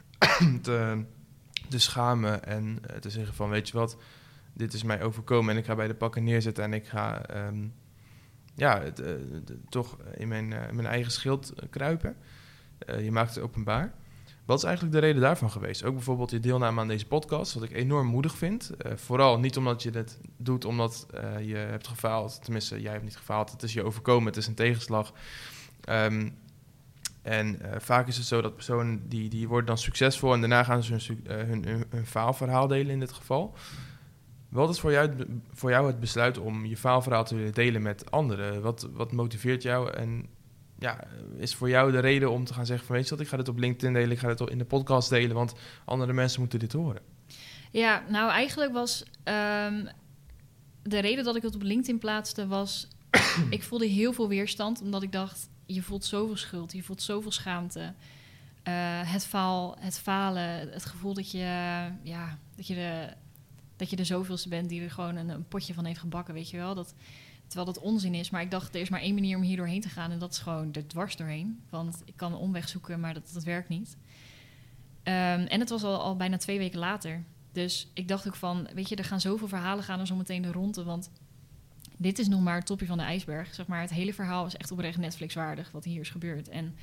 te, te schamen en uh, te zeggen van... weet je wat, dit is mij overkomen en ik ga bij de pakken neerzetten... en ik ga um, ja, het, uh, de, toch in mijn, uh, mijn eigen schild kruipen. Uh, je maakt het openbaar. Wat is eigenlijk de reden daarvan geweest? Ook bijvoorbeeld je deelname aan deze podcast, wat ik enorm moedig vind. Uh, vooral niet omdat je dit doet omdat uh, je hebt gefaald. Tenminste, jij hebt niet gefaald, het is je overkomen, het is een tegenslag... Um, en uh, vaak is het zo dat personen die, die worden dan succesvol... en daarna gaan ze hun, uh, hun, hun, hun faalverhaal delen in dit geval. Wat is voor jou, voor jou het besluit om je faalverhaal te willen delen met anderen? Wat, wat motiveert jou? En ja, is voor jou de reden om te gaan zeggen van... weet je wat, ik ga dit op LinkedIn delen, ik ga dit in de podcast delen... want andere mensen moeten dit horen. Ja, nou eigenlijk was... Um, de reden dat ik het op LinkedIn plaatste was... ik voelde heel veel weerstand, omdat ik dacht... je voelt zoveel schuld, je voelt zoveel schaamte. Uh, het, faal, het falen, het gevoel dat je, ja, dat je, de, dat je de zoveelste bent... die er gewoon een, een potje van heeft gebakken, weet je wel. Dat, terwijl dat onzin is. Maar ik dacht, er is maar één manier om hier doorheen te gaan... en dat is gewoon er dwars doorheen. Want ik kan een omweg zoeken, maar dat, dat werkt niet. Um, en het was al, al bijna twee weken later. Dus ik dacht ook van, weet je, er gaan zoveel verhalen gaan... er zo meteen de ronde, want... dit is nog maar het topje van de ijsberg. Zeg maar, het hele verhaal is echt oprecht Netflix-waardig... wat hier is gebeurd. En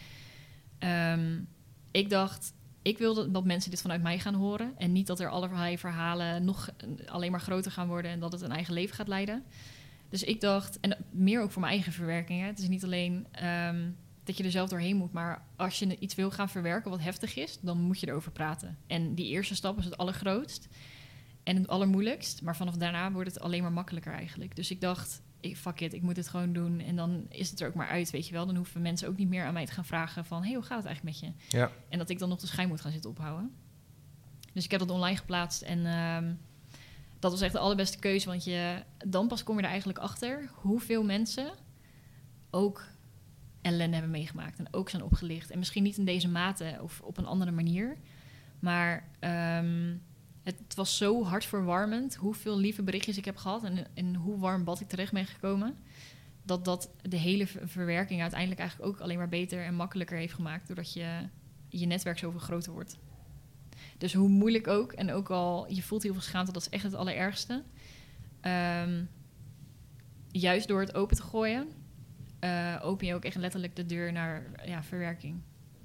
um, ik dacht, ik wilde dat mensen dit vanuit mij gaan horen... en niet dat er allerlei verhalen nog alleen maar groter gaan worden... en dat het een eigen leven gaat leiden. Dus ik dacht, en meer ook voor mijn eigen verwerking... Hè. Het is niet alleen um, dat je er zelf doorheen moet... maar als je iets wil gaan verwerken wat heftig is... dan moet je erover praten. En die eerste stap is het allergrootst... en het allermoeilijkst, maar vanaf daarna wordt het alleen maar makkelijker eigenlijk. Dus ik dacht, fuck it, ik moet het gewoon doen. En dan is het er ook maar uit, weet je wel. Dan hoeven mensen ook niet meer aan mij te gaan vragen van... hey, hoe gaat het eigenlijk met je? Ja. En dat ik dan nog de schijn moet gaan zitten ophouden. Dus ik heb dat online geplaatst en um, dat was echt de allerbeste keuze. Want je, dan pas kom je er eigenlijk achter hoeveel mensen ook ellende hebben meegemaakt. En ook zijn opgelicht. En misschien niet in deze mate of op een andere manier. Maar... Um, het was zo hartverwarmend hoeveel lieve berichtjes ik heb gehad... en, en hoe warm bad ik terecht ben gekomen... dat dat de hele verwerking uiteindelijk eigenlijk ook alleen maar beter en makkelijker heeft gemaakt... doordat je, je netwerk zoveel groter wordt. Dus hoe moeilijk ook, en ook al je voelt heel veel schaamte... dat is echt het allerergste. Um, juist door het open te gooien, uh, open je ook echt letterlijk de deur naar ja, verwerking.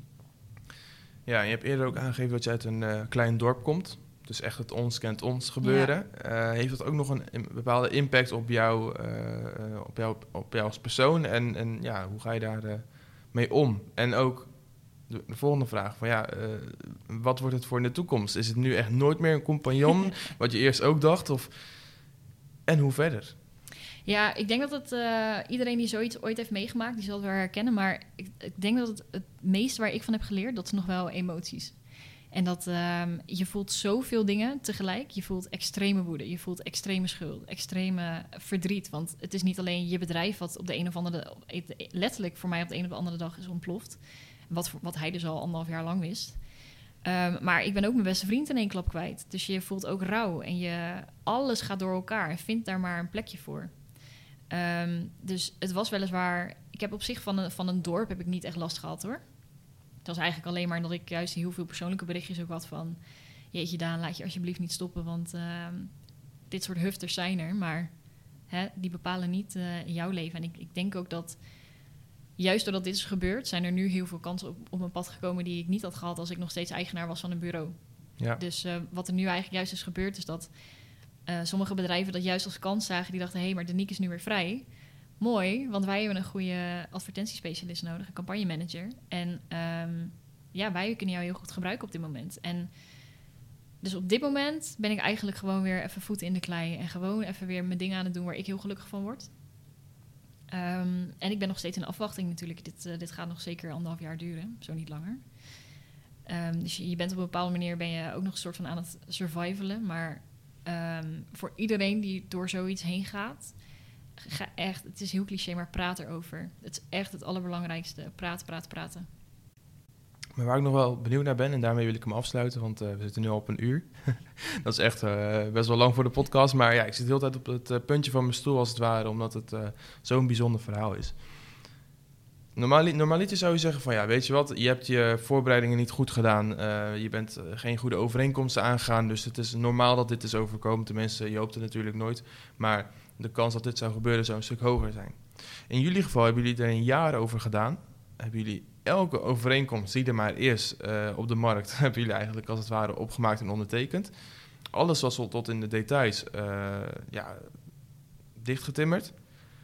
Ja, je hebt eerder ook aangegeven dat je uit een uh, klein dorp komt. Dus echt het ons kent ons gebeuren. Ja. Uh, heeft dat ook nog een, een bepaalde impact op jou, uh, op jou, op jou als persoon? En, en ja, hoe ga je daar uh, mee om? En ook de, de volgende vraag, van ja, uh, wat wordt het voor in de toekomst? Is het nu echt nooit meer een compagnon, wat je eerst ook dacht? Of, en hoe verder? Ja, ik denk dat het uh, iedereen die zoiets ooit heeft meegemaakt, die zal het wel herkennen. Maar ik, ik denk dat het, het meeste waar ik van heb geleerd, dat is nog wel emoties. En dat um, je voelt zoveel dingen tegelijk. Je voelt extreme woede, je voelt extreme schuld, extreme verdriet. Want het is niet alleen je bedrijf wat op de een of andere, letterlijk voor mij op de een of andere dag is ontploft. Wat, wat hij dus al anderhalf jaar lang wist. Um, maar ik ben ook mijn beste vriend in één klap kwijt. Dus je voelt ook rouw en je, alles gaat door elkaar en vindt daar maar een plekje voor. Um, dus het was weliswaar... Ik heb op zich van een, van een dorp heb ik niet echt last gehad, hoor. Het was eigenlijk alleen maar dat ik juist heel veel persoonlijke berichtjes ook had van... Jeetje Daan, laat je alsjeblieft niet stoppen, want uh, dit soort hufters zijn er. Maar hè, die bepalen niet uh, jouw leven. En ik, ik denk ook dat, juist doordat dit is gebeurd... zijn er nu heel veel kansen op, op mijn pad gekomen die ik niet had gehad... als ik nog steeds eigenaar was van een bureau. Ja. Dus uh, wat er nu eigenlijk juist is gebeurd is dat... Uh, sommige bedrijven dat juist als kans zagen... die dachten, hé, hey, maar Danique is nu weer vrij... Mooi, want wij hebben een goede advertentiespecialist nodig, een campagnemanager. En um, ja, wij kunnen jou heel goed gebruiken op dit moment. En dus op dit moment ben ik eigenlijk gewoon weer even voeten in de klei... en gewoon even weer mijn dingen aan het doen waar ik heel gelukkig van word. Um, en ik ben nog steeds in afwachting natuurlijk. Dit, uh, dit gaat nog zeker anderhalf jaar duren, zo niet langer. Um, dus je, je bent op een bepaalde manier ben je ook nog een soort van aan het survivalen. Maar um, voor iedereen die door zoiets heen gaat... Ga echt, het is heel cliché, maar praat erover. Het is echt het allerbelangrijkste. Praten, praten, praten. Maar waar ik nog wel benieuwd naar ben, en daarmee wil ik hem afsluiten, want uh, we zitten nu al op een uur. Dat is echt uh, best wel lang voor de podcast, maar ja, ik zit de hele tijd op het uh, puntje van mijn stoel als het ware, omdat het uh, zo'n bijzonder verhaal is. Normaal, normaliter zou je zeggen van ja, weet je wat, je hebt je voorbereidingen niet goed gedaan, uh, je bent uh, geen goede overeenkomsten aangegaan, dus het is normaal dat dit is overkomen. Tenminste, je hoopt het natuurlijk nooit, maar de kans dat dit zou gebeuren zou een stuk hoger zijn. In jullie geval hebben jullie er een jaar over gedaan. Hebben jullie elke overeenkomst die er maar is uh, op de markt, hebben jullie eigenlijk als het ware opgemaakt en ondertekend. Alles was tot in de details uh, ja, dichtgetimmerd.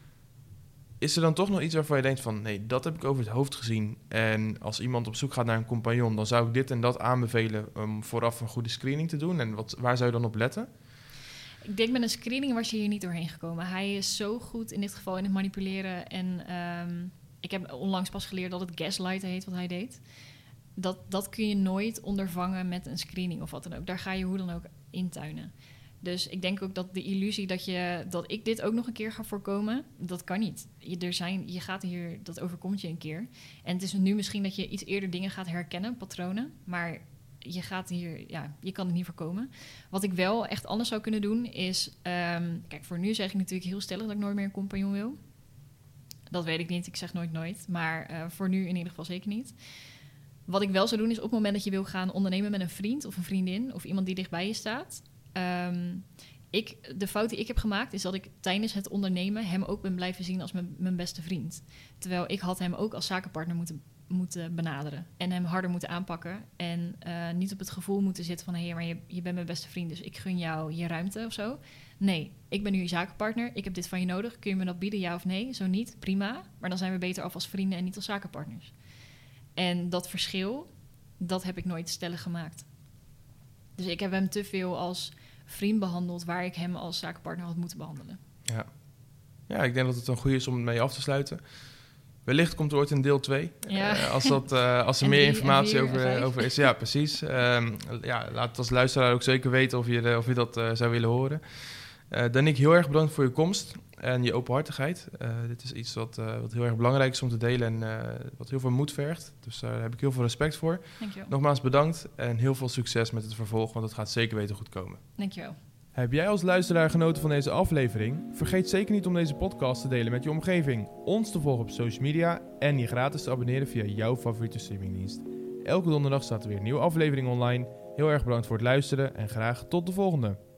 Is er dan toch nog iets waarvan je denkt van... nee, dat heb ik over het hoofd gezien... en als iemand op zoek gaat naar een compagnon... dan zou ik dit en dat aanbevelen om vooraf een goede screening te doen? En wat, waar zou je dan op letten? Ik denk met een screening was je hier niet doorheen gekomen. Hij is zo goed in dit geval in het manipuleren. En um, ik heb onlangs pas geleerd dat het gaslighten heet wat hij deed. Dat, dat kun je nooit ondervangen met een screening of wat dan ook. Daar ga je hoe dan ook intuinen. Dus ik denk ook dat de illusie dat, je, dat ik dit ook nog een keer ga voorkomen, dat kan niet. Je, er zijn, je gaat hier, dat overkomt je een keer. En het is nu misschien dat je iets eerder dingen gaat herkennen, patronen. Maar je gaat hier, ja, je kan het niet voorkomen. Wat ik wel echt anders zou kunnen doen is, um, kijk, voor nu zeg ik natuurlijk heel stellig dat ik nooit meer een compagnon wil. Dat weet ik niet, ik zeg nooit nooit. Maar uh, voor nu in ieder geval zeker niet. Wat ik wel zou doen is op het moment dat je wil gaan ondernemen met een vriend of een vriendin of iemand die dichtbij je staat. Um, ik, de fout die ik heb gemaakt is dat ik tijdens het ondernemen hem ook ben blijven zien als mijn, mijn beste vriend. Terwijl ik had hem ook als zakenpartner moeten, moeten benaderen en hem harder moeten aanpakken. En uh, niet op het gevoel moeten zitten van hé, hey, maar je, je bent mijn beste vriend, dus ik gun jou je ruimte of zo. Nee, ik ben nu je zakenpartner, ik heb dit van je nodig. Kun je me dat bieden, ja of nee? Zo niet, prima. Maar dan zijn we beter af als vrienden en niet als zakenpartners. En dat verschil, dat heb ik nooit stellig gemaakt. Dus ik heb hem te veel als vriend behandeld waar ik hem als zakenpartner had moeten behandelen. Ja, ja, ik denk dat het een goede is om het mee af te sluiten. Wellicht komt er ooit een deel twee. Ja. Uh, als, dat, uh, als er en meer drie, informatie vier, over, over is. Ja, precies. Um, ja, laat het als luisteraar ook zeker weten of je, of je dat uh, zou willen horen. Uh, Danique, heel erg bedankt voor je komst en je openhartigheid. Uh, dit is iets wat, uh, wat heel erg belangrijk is om te delen en uh, wat heel veel moed vergt. Dus uh, daar heb ik heel veel respect voor. Dankjewel. Nogmaals bedankt en heel veel succes met het vervolg, want het gaat zeker weten goed komen. Dankjewel. Heb jij als luisteraar genoten van deze aflevering? Vergeet zeker niet om deze podcast te delen met je omgeving, ons te volgen op social media en je gratis te abonneren via jouw favoriete streamingdienst. Elke donderdag staat er weer een nieuwe aflevering online. Heel erg bedankt voor het luisteren en graag tot de volgende.